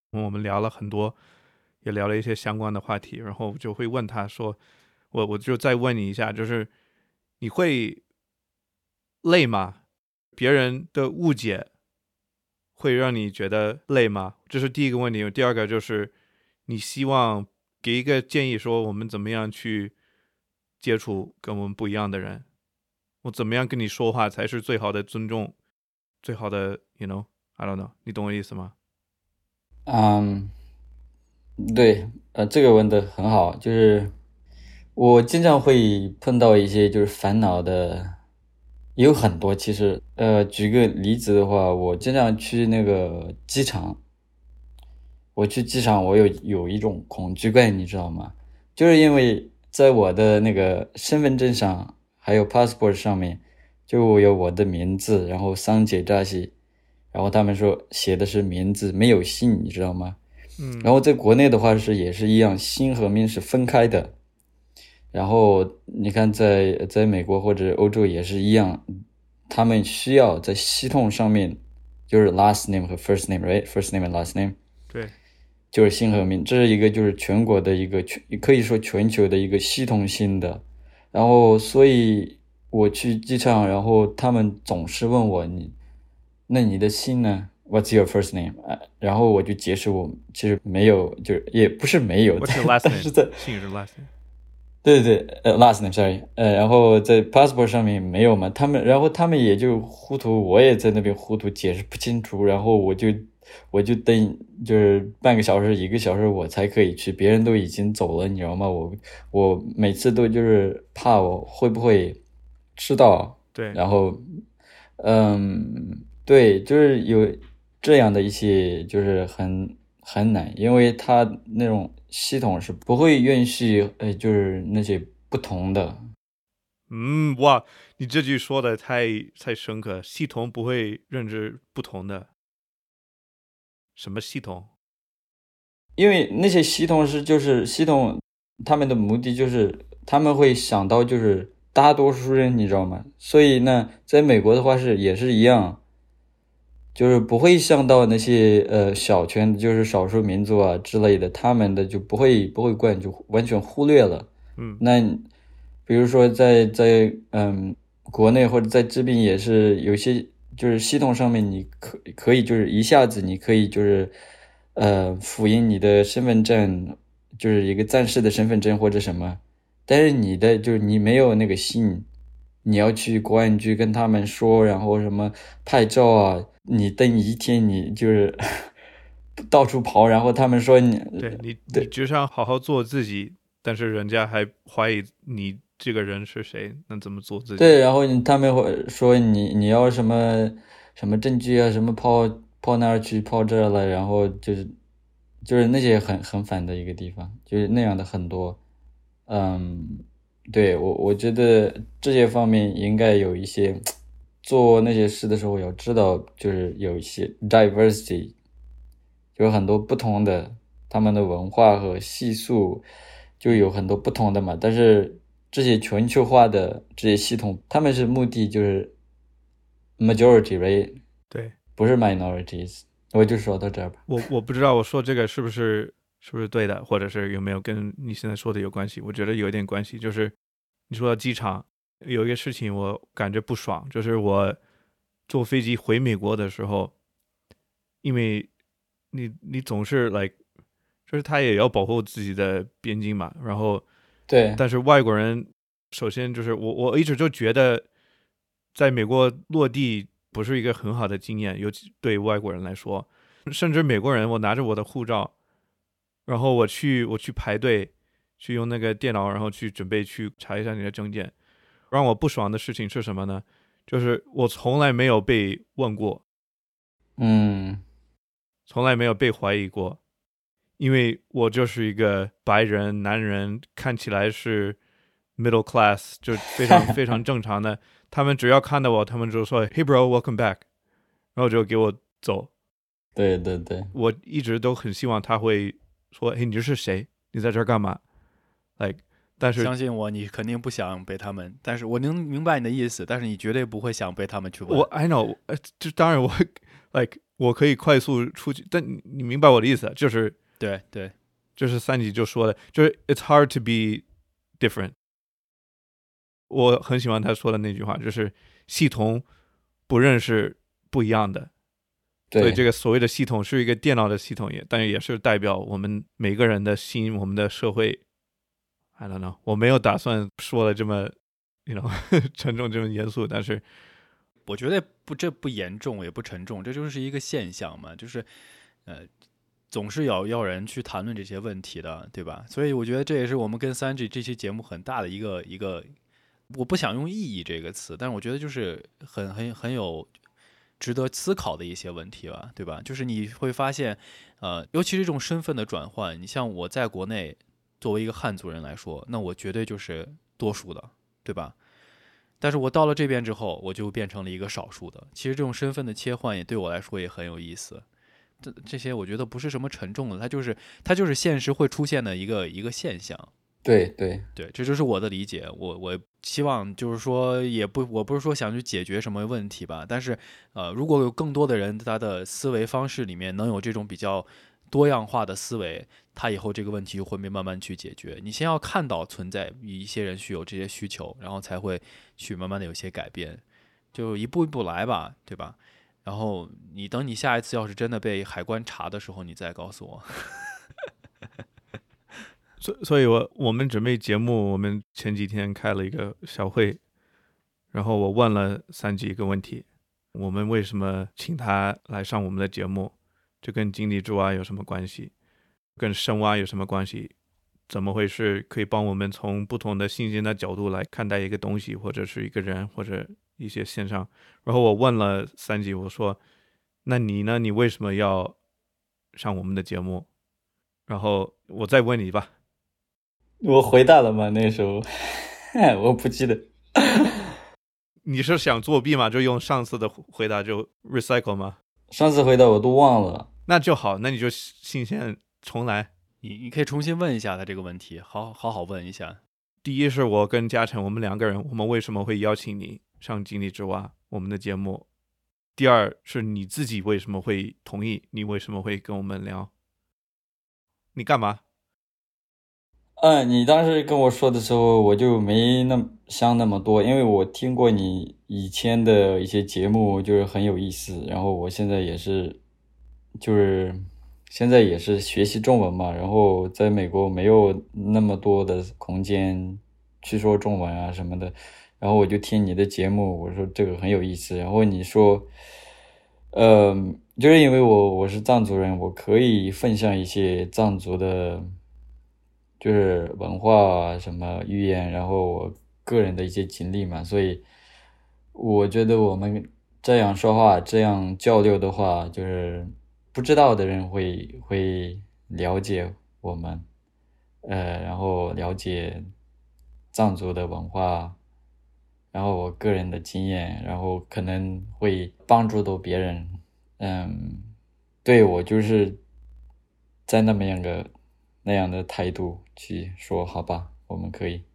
我们聊了很多，也聊了一些相关的话题，然后就会问他说，我我就再问你一下，就是你会累吗？别人的误解会让你觉得累吗？这是第一个问题。第二个就是你希望给一个建议，说我们怎么样去接触跟我们不一样的人，我怎么样跟你说话才是最好的尊重，最好的 you know I don't know， 你懂我意思吗？ 嗯，对，呃，这个问的很好，就是我经常会碰到一些就是烦恼的，也有很多。其实，呃，举个例子的话，我经常去那个机场，我去机场，我有有一种恐惧感，你知道吗？就是因为在我的那个身份证上，还有 passport 上面，就有我的名字，然后桑杰扎西，然后他们说写的是名字，没有姓，你知道吗？ 嗯， 然后在国内的话是也是一样，姓和名是分开的。然后你看在在美国或者欧洲也是一样，他们需要在系统上面就是 last name 和 first name，right？ first name and last name。 对， 就是姓和名，这是一个就是全国的一个全可以说全球的一个系统性的。然后所以我去机场，然后他们总是问我你，那你的姓呢？What's your first name？ 然后我就解释我其实没有，就是也不是没有。 What's your last 但是在 name？ 姓是 last name。 对对对，呃，last name，sorry，呃，然后在 passport 上面没有嘛，他们，然后他们也就糊涂，我也在那边糊涂，解释不清楚，然后我就我就等就是半个小时一个小时我才可以去，别人都已经走了，你知道吗？我我每次都就是怕我会不会迟到， 对， 然后嗯，对，就是有这样的一些就是很很难，因为他那种系统是不会允许，呃，就是那些不同的。 嗯，哇，你这句说的太太深刻，系统不会认知不同的。什么系统？ 因为那些系统是就是系统，他们的目的就是他们会想到就是大多数人，你知道吗？所以呢，在美国的话是也是一样，就是不会想到那些呃小圈子，就是少数民族啊之类的，他们的就不会不会管，就完全忽略了。 嗯， 那比如说在在嗯国内或者在这边也是有些就是系统上面你可可以就是一下子你可以就是呃复印你的身份证，就是一个暂时的身份证或者什么，但是你的就是你没有那个信，你要去公安局跟他们说，然后什么拍照啊，你等一天你就是到处跑，然后他们说你对你， 对你只想好好做自己，但是人家还怀疑你这个人是谁，那怎么做自己？ 对，然后你他们会说你你要什么什么证据啊，什么跑跑那儿去跑这儿了，然后就是就是那些很很烦的一个地方，就是那样的很多。嗯，对，我我觉得这些方面应该有一些做那些事的时候要知道，就是有一些 diversity，有很多不同的他们的文化和习俗，就有很多不同的嘛。但是这些全球化的这些系统，他们是目的就是 majority，right？ 对， 不是 minorities。我就说到这儿吧。 我我不知道我说这个是不是是不是对的，或者是有没有跟你现在说的有关系？我觉得有一点关系，就是你说到机场有一个事情我感觉不爽，就是我坐飞机回美国的时候，因为你你总是 like， 就是他也要保护自己的边境嘛，然后对， 但是外国人首先就是我我一直就觉得在美国落地不是一个很好的经验，尤其对外国人来说，甚至美国人，我拿着我的护照，然后我去我去排队，去用那个电脑，然后去准备去查一下你的证件。让我不爽的事情是什么呢？就是我从来没有被问过， 嗯， 从来没有被怀疑过，因为我就是一个白人男人，看起来是 middle class， 就非常非常正常的。他们只要看到我，他们就说 "Hey bro, welcome back"， 然后就给我走。 对对对， 我一直都很希望他会说 "Hey， 你这是谁？你在这儿干嘛 ？"like， 但是相信我，你肯定不想被他们，但是我能明白你的意思，但是你绝对不会想被他们去问。 我 I know， 呃，这当然我 like 我可以快速出去，但你你明白我的意思，就是对对， 就是三级就说的，就是 it's hard to be different。我很喜欢他说的那句话，就是系统不认识不一样的。所以这个所谓的系统是一个电脑的系统也，但是也是代表我们每个人的心，我们的社会。I don't know， 我没有打算说的这么 ，you know 沉重这么严肃，但是我觉得不，这不严重也不沉重，这就是一个现象嘛，就是呃，总是要要人去谈论这些问题的，对吧？所以我觉得这也是我们跟三 G 这期节目很大的一个一个，我不想用意义这个词，但是我觉得就是很很很有值得思考的一些问题吧，对吧？就是你会发现，呃，尤其是这种身份的转换，你像我在国内作为一个汉族人来说，那我绝对就是多数的，对吧？但是我到了这边之后，我就变成了一个少数的。其实这种身份的切换也对我来说也很有意思。这这些我觉得不是什么沉重的，它就是它就是现实会出现的一个一个现象。 对对对，这就是我的理解。我我希望就是说，也不我不是说想去解决什么问题吧，但是呃，如果有更多的人他的思维方式里面能有这种比较多样化的思维，他以后这个问题就会被慢慢去解决。你先要看到存在一些人需有这些需求，然后才会去慢慢的有些改变，就一步一步来吧，对吧？然后你等你下一次要是真的被海关查的时候，你再告诉我。 所所以我我们准备节目，我们前几天开了一个小会，然后我问了三级一个问题：我们为什么请他来上我们的节目？这跟井底之蛙有什么关系？跟深蛙有什么关系？怎么回事？可以帮我们从不同的新鲜的角度来看待一个东西，或者是一个人，或者一些现象。然后我问了三级，我说：那你呢？你为什么要上我们的节目？然后我再问你吧。 我回答了吗？那时候我不记得。 你是想作弊吗？就用上次的回答就 recycle 吗？ 上次回答我都忘了。 那就好，那你就新鲜重来。 你你可以重新问一下他这个问题，好好好问一下。 第一是我跟嘉诚，我们两个人，我们为什么会邀请你上井底之蛙我们的节目？第二是你自己为什么会同意？你为什么会跟我们聊？你干嘛？ 嗯，你当时跟我说的时候，我就没那么想那么多，因为我听过你以前的一些节目，就是很有意思。然后我现在也是，就是现在也是学习中文嘛，然后在美国没有那么多的空间去说中文啊什么的，然后我就听你的节目，我说这个很有意思。然后你说，呃，就是因为我我是藏族人，我可以分享一些藏族的。就是文化什么语言，然后我个人的一些经历嘛，所以我觉得我们这样说话，这样交流的话，就是不知道的人会会了解我们，呃，然后了解藏族的文化，然后我个人的经验，然后可能会帮助到别人，嗯，对，我就是在那么样个那样的态度去说，好吧，我们可以。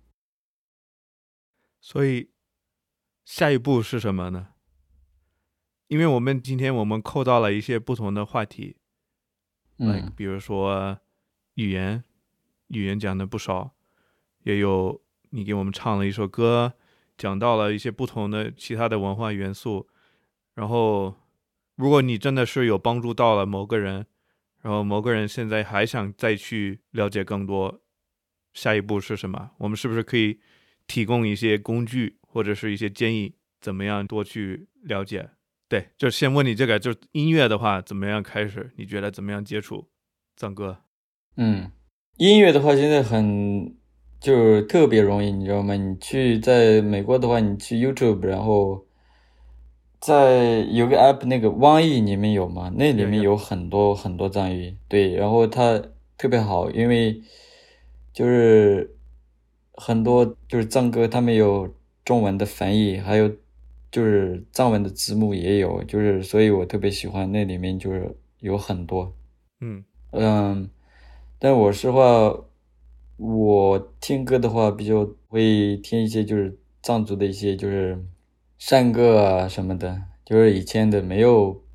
所以下一步是什么呢？因为我们今天我们扣到了一些不同的话题， 嗯， like, 比如说语言，语言讲的不少，也有你给我们唱了一首歌，讲到了一些不同的其他的文化元素。然后如果你真的是有帮助到了某个人，然后某个人现在还想再去了解更多，下一步是什么？我们是不是可以提供一些工具或者是一些建议，怎么样多去了解？对，就先问你这个，就音乐的话怎么样开始？你觉得怎么样接触藏歌？ 嗯，音乐的话现在很就是特别容易，你知道吗？你去在美国的话，你去 YouTube， 然后在有个 app 那个网易里面有吗？那里面有很多很多藏语，对，然后它特别好，因为就是很多就是藏歌，他们有中文的翻译，还有就是藏文的字幕也有，就是所以我特别喜欢，那里面就是有很多， 嗯嗯，但我实话，我听歌的话比较会听一些就是藏族的一些就是山歌啊什么的，就是以前的没有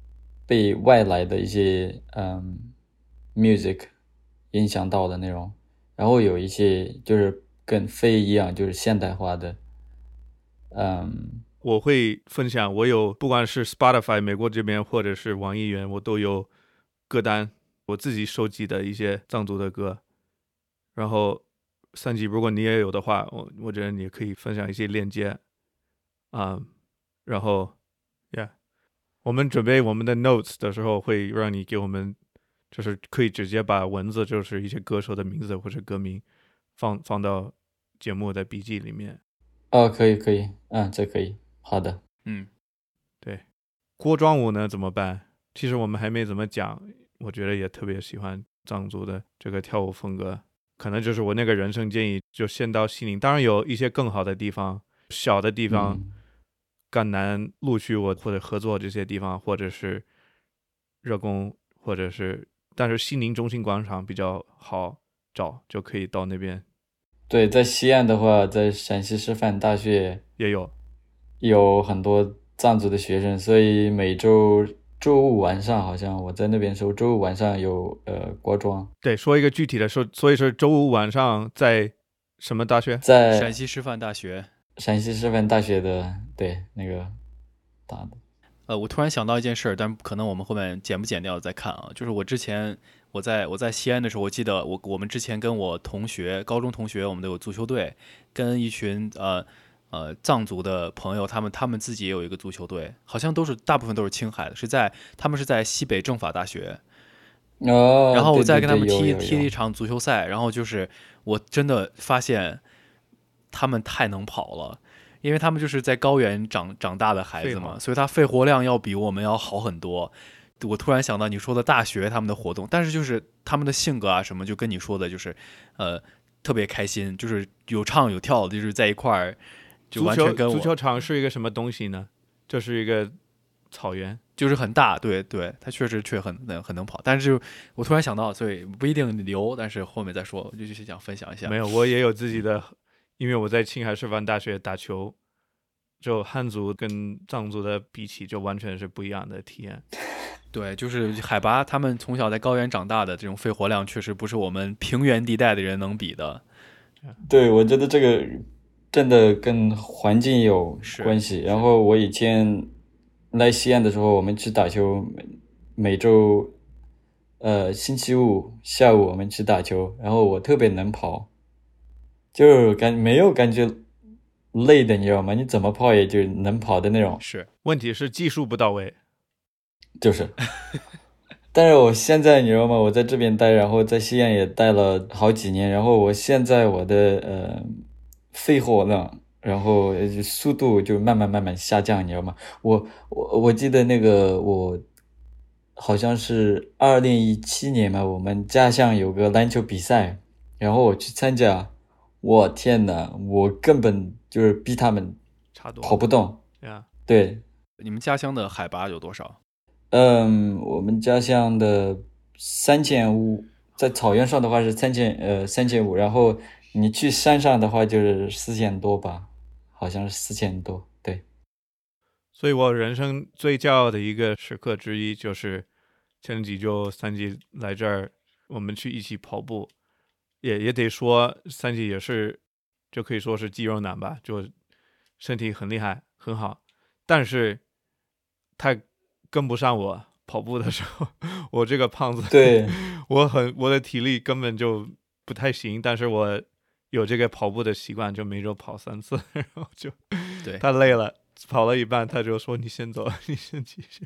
被外来的一些嗯 music 影响到的那种，然后有一些就是跟非一样，就是现代化的。嗯， 我会分享，我有不管是 Spotify 美国这边或者是网易云，我都有歌单，我自己收集的一些藏族的歌。然后三级如果你也有的话，我我觉得你可以分享一些链接啊、嗯，然后 yeah， 我们准备我们的 notes 的时候会让你给我们，就是可以直接把文字，就是一些歌手的名字或者歌名放放到节目的笔记里面。 哦，可以可以，嗯，这可以，好的。 嗯， 对，锅庄舞呢怎么办？其实我们还没怎么讲，我觉得也特别喜欢藏族的这个跳舞风格，可能就是我那个人生建议，就先到西宁。当然有一些更好的地方，小的地方、 嗯、 赣南陆续我或者合作这些地方，或者是热宫，或者是，但是西宁中心广场比较好找，就可以到那边。 对，在西安的话，在陕西师范大学也有有很多藏族的学生，所以每周周五晚上好像我在那边的时候，周五晚上有呃锅庄。 对，说一个具体的说，所以是周五晚上在什么大学？ 在陕西师范大学。 陕西师范大学的，对，那个大的。 呃，我突然想到一件事儿，但可能我们后面剪不剪掉再看啊。就是我之前我在我在西安的时候，我记得我我们之前跟我同学，高中同学，我们都有足球队，跟一群呃呃藏族的朋友，他们他们自己也有一个足球队，好像都是大部分都是青海的，是在他们是在西北政法大学。 哦， 然后我再对对跟他们踢对有有有踢了一场足球赛，然后就是我真的发现他们太能跑了。因为他们就是在高原长长大的孩子嘛，所以他肺活量要比我们要好很多。我突然想到你说的大学他们的活动，但是就是他们的性格啊什么，就跟你说的就是，呃，特别开心，就是有唱有跳的，就是在一块儿，就完全跟我。 足球足球场是一个什么东西呢？就是一个草原， 就是很大，对对，他确实确很很很能跑。但是我突然想到，所以不一定留，但是后面再说，我就想分享一下。 没有，我也有自己的。因为我在青海师范大学打球，就汉族跟藏族的比起，就完全是不一样的体验。 对，就是海拔，他们从小在高原长大的这种肺活量，确实不是我们平原地带的人能比的。 对，我觉得这个真的跟环境有关系。然后我以前来西安的时候，我们去打球，每周呃星期五下午我们去打球，然后我特别能跑。就感没有感觉累的，你知道吗？你怎么跑也就能跑的那种。 是， 问题是技术不到位。 就是。但是我现在你知道吗？我在这边待，然后在西安也待了好几年，然后我现在我的呃肺活量，然后速度就慢慢慢慢下降，你知道吗？我我我记得那个我好像是二零一七年嘛，我们家乡有个篮球比赛，然后我去参加。我天哪，我根本就是比他们跑不动。 Yeah. 对， 你们家乡的海拔有多少？ 嗯，我们家乡的三千五，在草原上的话是三千呃三千五，然后你去山上的话就是四千多吧，好像是四千多。对， 所以我人生最骄傲的一个时刻之一，就是前几周三级来这儿，我们去一起跑步。也也得说，三级也是，就可以说是肌肉男吧，就身体很厉害，很好。但是他跟不上我跑步的时候，我这个胖子， 对， 我很我的体力根本就不太行。但是我有这个跑步的习惯，就每周跑三次，然后就对他累了，跑了一半，他就说：“你先走，你先继续。”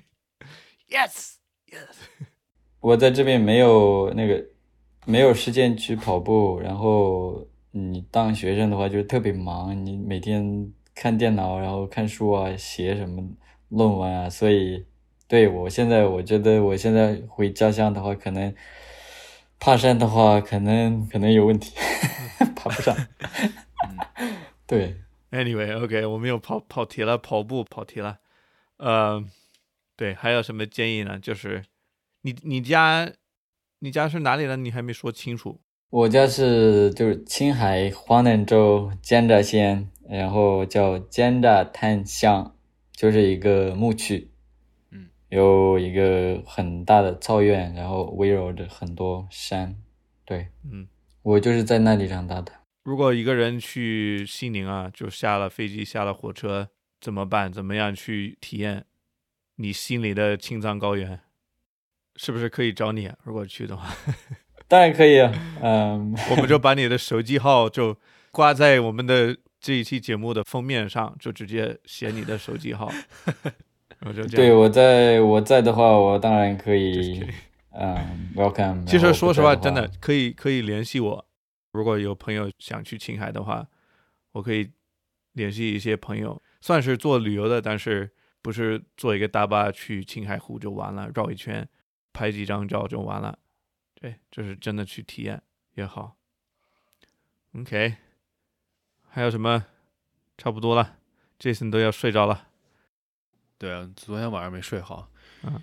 Yes, yes。 我在这边没有那个。没有时间去跑步，然后你当学生的话就特别忙，你每天看电脑，然后看书啊，写什么论文啊，所以对我现在我觉得我现在回家乡的话，可能爬山的话，可能可能有问题，爬不上。对 ，Anyway, OK， 我们又跑跑题了，跑步跑题了。呃，对，还有什么建议呢？就是你你家。你家是哪里的？你还没说清楚。 我家是就是青海黄南州奸诈县，然后叫奸诈滩乡，就是一个牧区。 嗯， 有一个很大的草原，然后围绕着很多山。对， 嗯， 我就是在那里长大的。 如果一个人去西宁啊，就下了飞机下了火车怎么办？怎么样去体验你心里的青藏高原？是不是可以找你啊？如果去的话当然可以啊，嗯， 我们就把你的手机号就挂在我们的这一期节目的封面上，就直接写你的手机号然后就这样。 对，我在我在的话，我当然可 Just 以 kidding 嗯 welcome。 其实说实话，真的的可以可以联系我。如果有朋友想去青海的话，我可以联系一些朋友，算是做旅游的，但是不是坐一个大巴去青海湖就完了，绕一圈拍几张照就完了。对，就是真的去体验也好。OK， 还有什么？差不多了 ，Jason 都要睡着了。 对啊，昨天晚上没睡好。 嗯，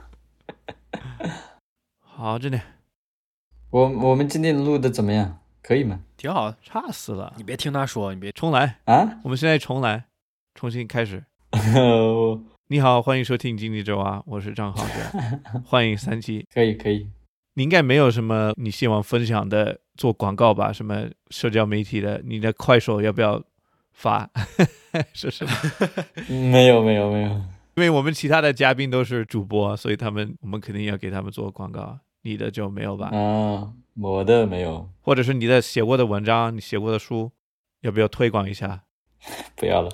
好着呢， 我我们今天录的怎么样？可以吗？ 挺好的。 差死了你。别听他说，你别重来， 啊？ 我们现在重来，重新开始。你好，欢迎收听经济之蛙，我是张浩哲，欢迎三七。 可以可以。 你应该没有什么你希望分享的做广告吧？什么社交媒体的？你的快手要不要发？是什么？ 没有没有没有。 因为我们其他的嘉宾都是主播，所以他们我们肯定要给他们做广告。你的就没有吧？ 啊，我的没有。 或者是你的写过的文章、你写过的书，要不要推广一下？ 不要了。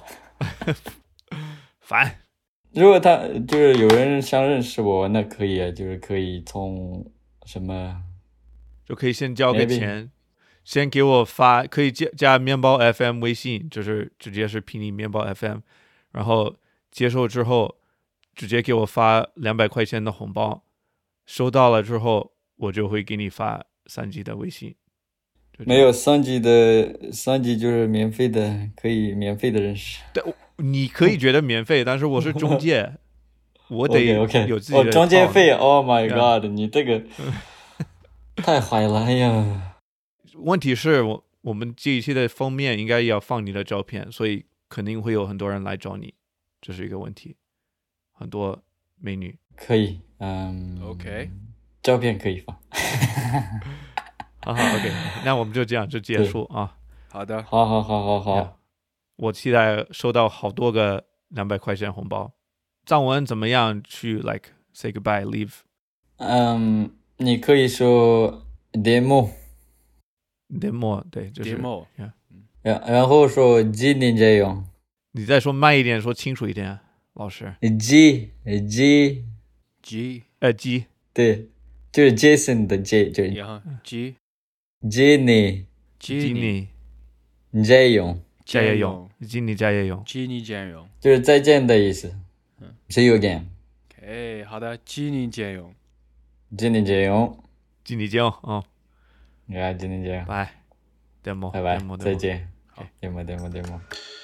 烦。 如果他就是有人想认识我，那可以啊，就是可以从什么就可以先交个 Maybe 钱，先给我发，可以加加面包 F M 微信，就是直接是拼音面包 F M， 然后接受之后直接给我发两百块钱的红包，收到了之后我就会给你发三 G 的微信。 没有三 G 的，三 G 就是免费的，可以免费的认识。 对，你可以觉得免费，但是我是中介，我得 OK OK， 有自己的哦，中介套费 ，Oh my Yeah God，你这个太坏了，哎呀。 问题是我我们这一期的封面应该要放你的照片，所以肯定会有很多人来找你，这是一个问题。很多美女。 可以，嗯 OK 照片可以放。 好好 OK，那我们就这样就结束啊。 好的， 好好好好好。 Yeah 我期待收到好多个两百块钱红包。藏文怎么样去 like say goodbye leave？ 嗯，你可以说 demo， demo 对，就是 demo yeah 然然后说 G 你这样你再说慢一点，说清楚一点，老师。 G G G 呃 G 对，就是 Jason 的 J， 就是然后 G G 你 G 你这样， 加也用 G 你加也用 G 你兼容。 就是再见的意思。See you again。 OK，好的，G 你兼容。 G 你这样， G 你加哦， 啊 G 你这样， 拜 demo 拜拜 demo， 再见。 好 demo demo demo。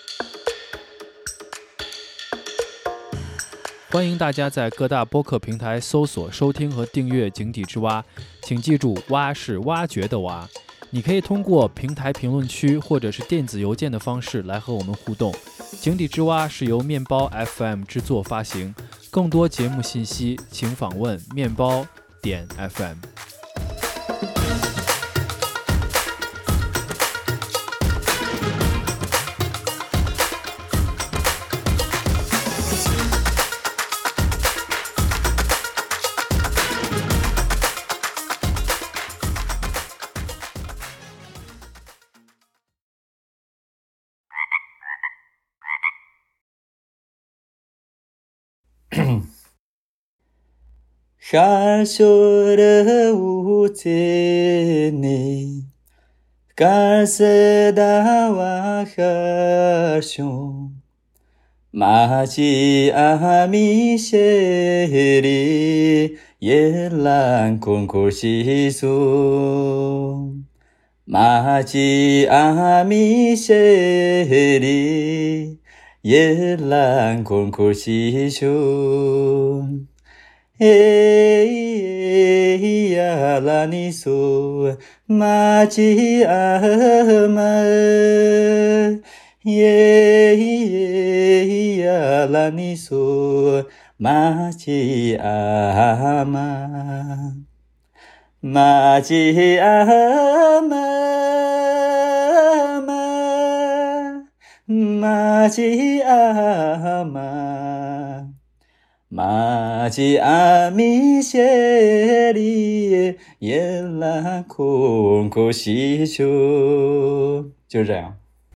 欢迎大家在各大播客平台搜索、收听和订阅《井底之蛙》，请记住，蛙是挖掘的蛙。你可以通过平台评论区或者是电子邮件的方式来和我们互动。井底之蛙是由面包 F M 制作发行，更多节目信息请访问面包点 F M。 哈修的乌贼呢，嘎塞达瓦哈熊，马吉阿米谢里耶兰空空西苏，马吉阿米谢里耶兰空空西苏。哎呀啦你说马吉阿玛，耶呀啦你说马吉阿玛，马吉阿玛，马吉阿玛，马吉阿米谢里耶拉空空西丘，就是这样。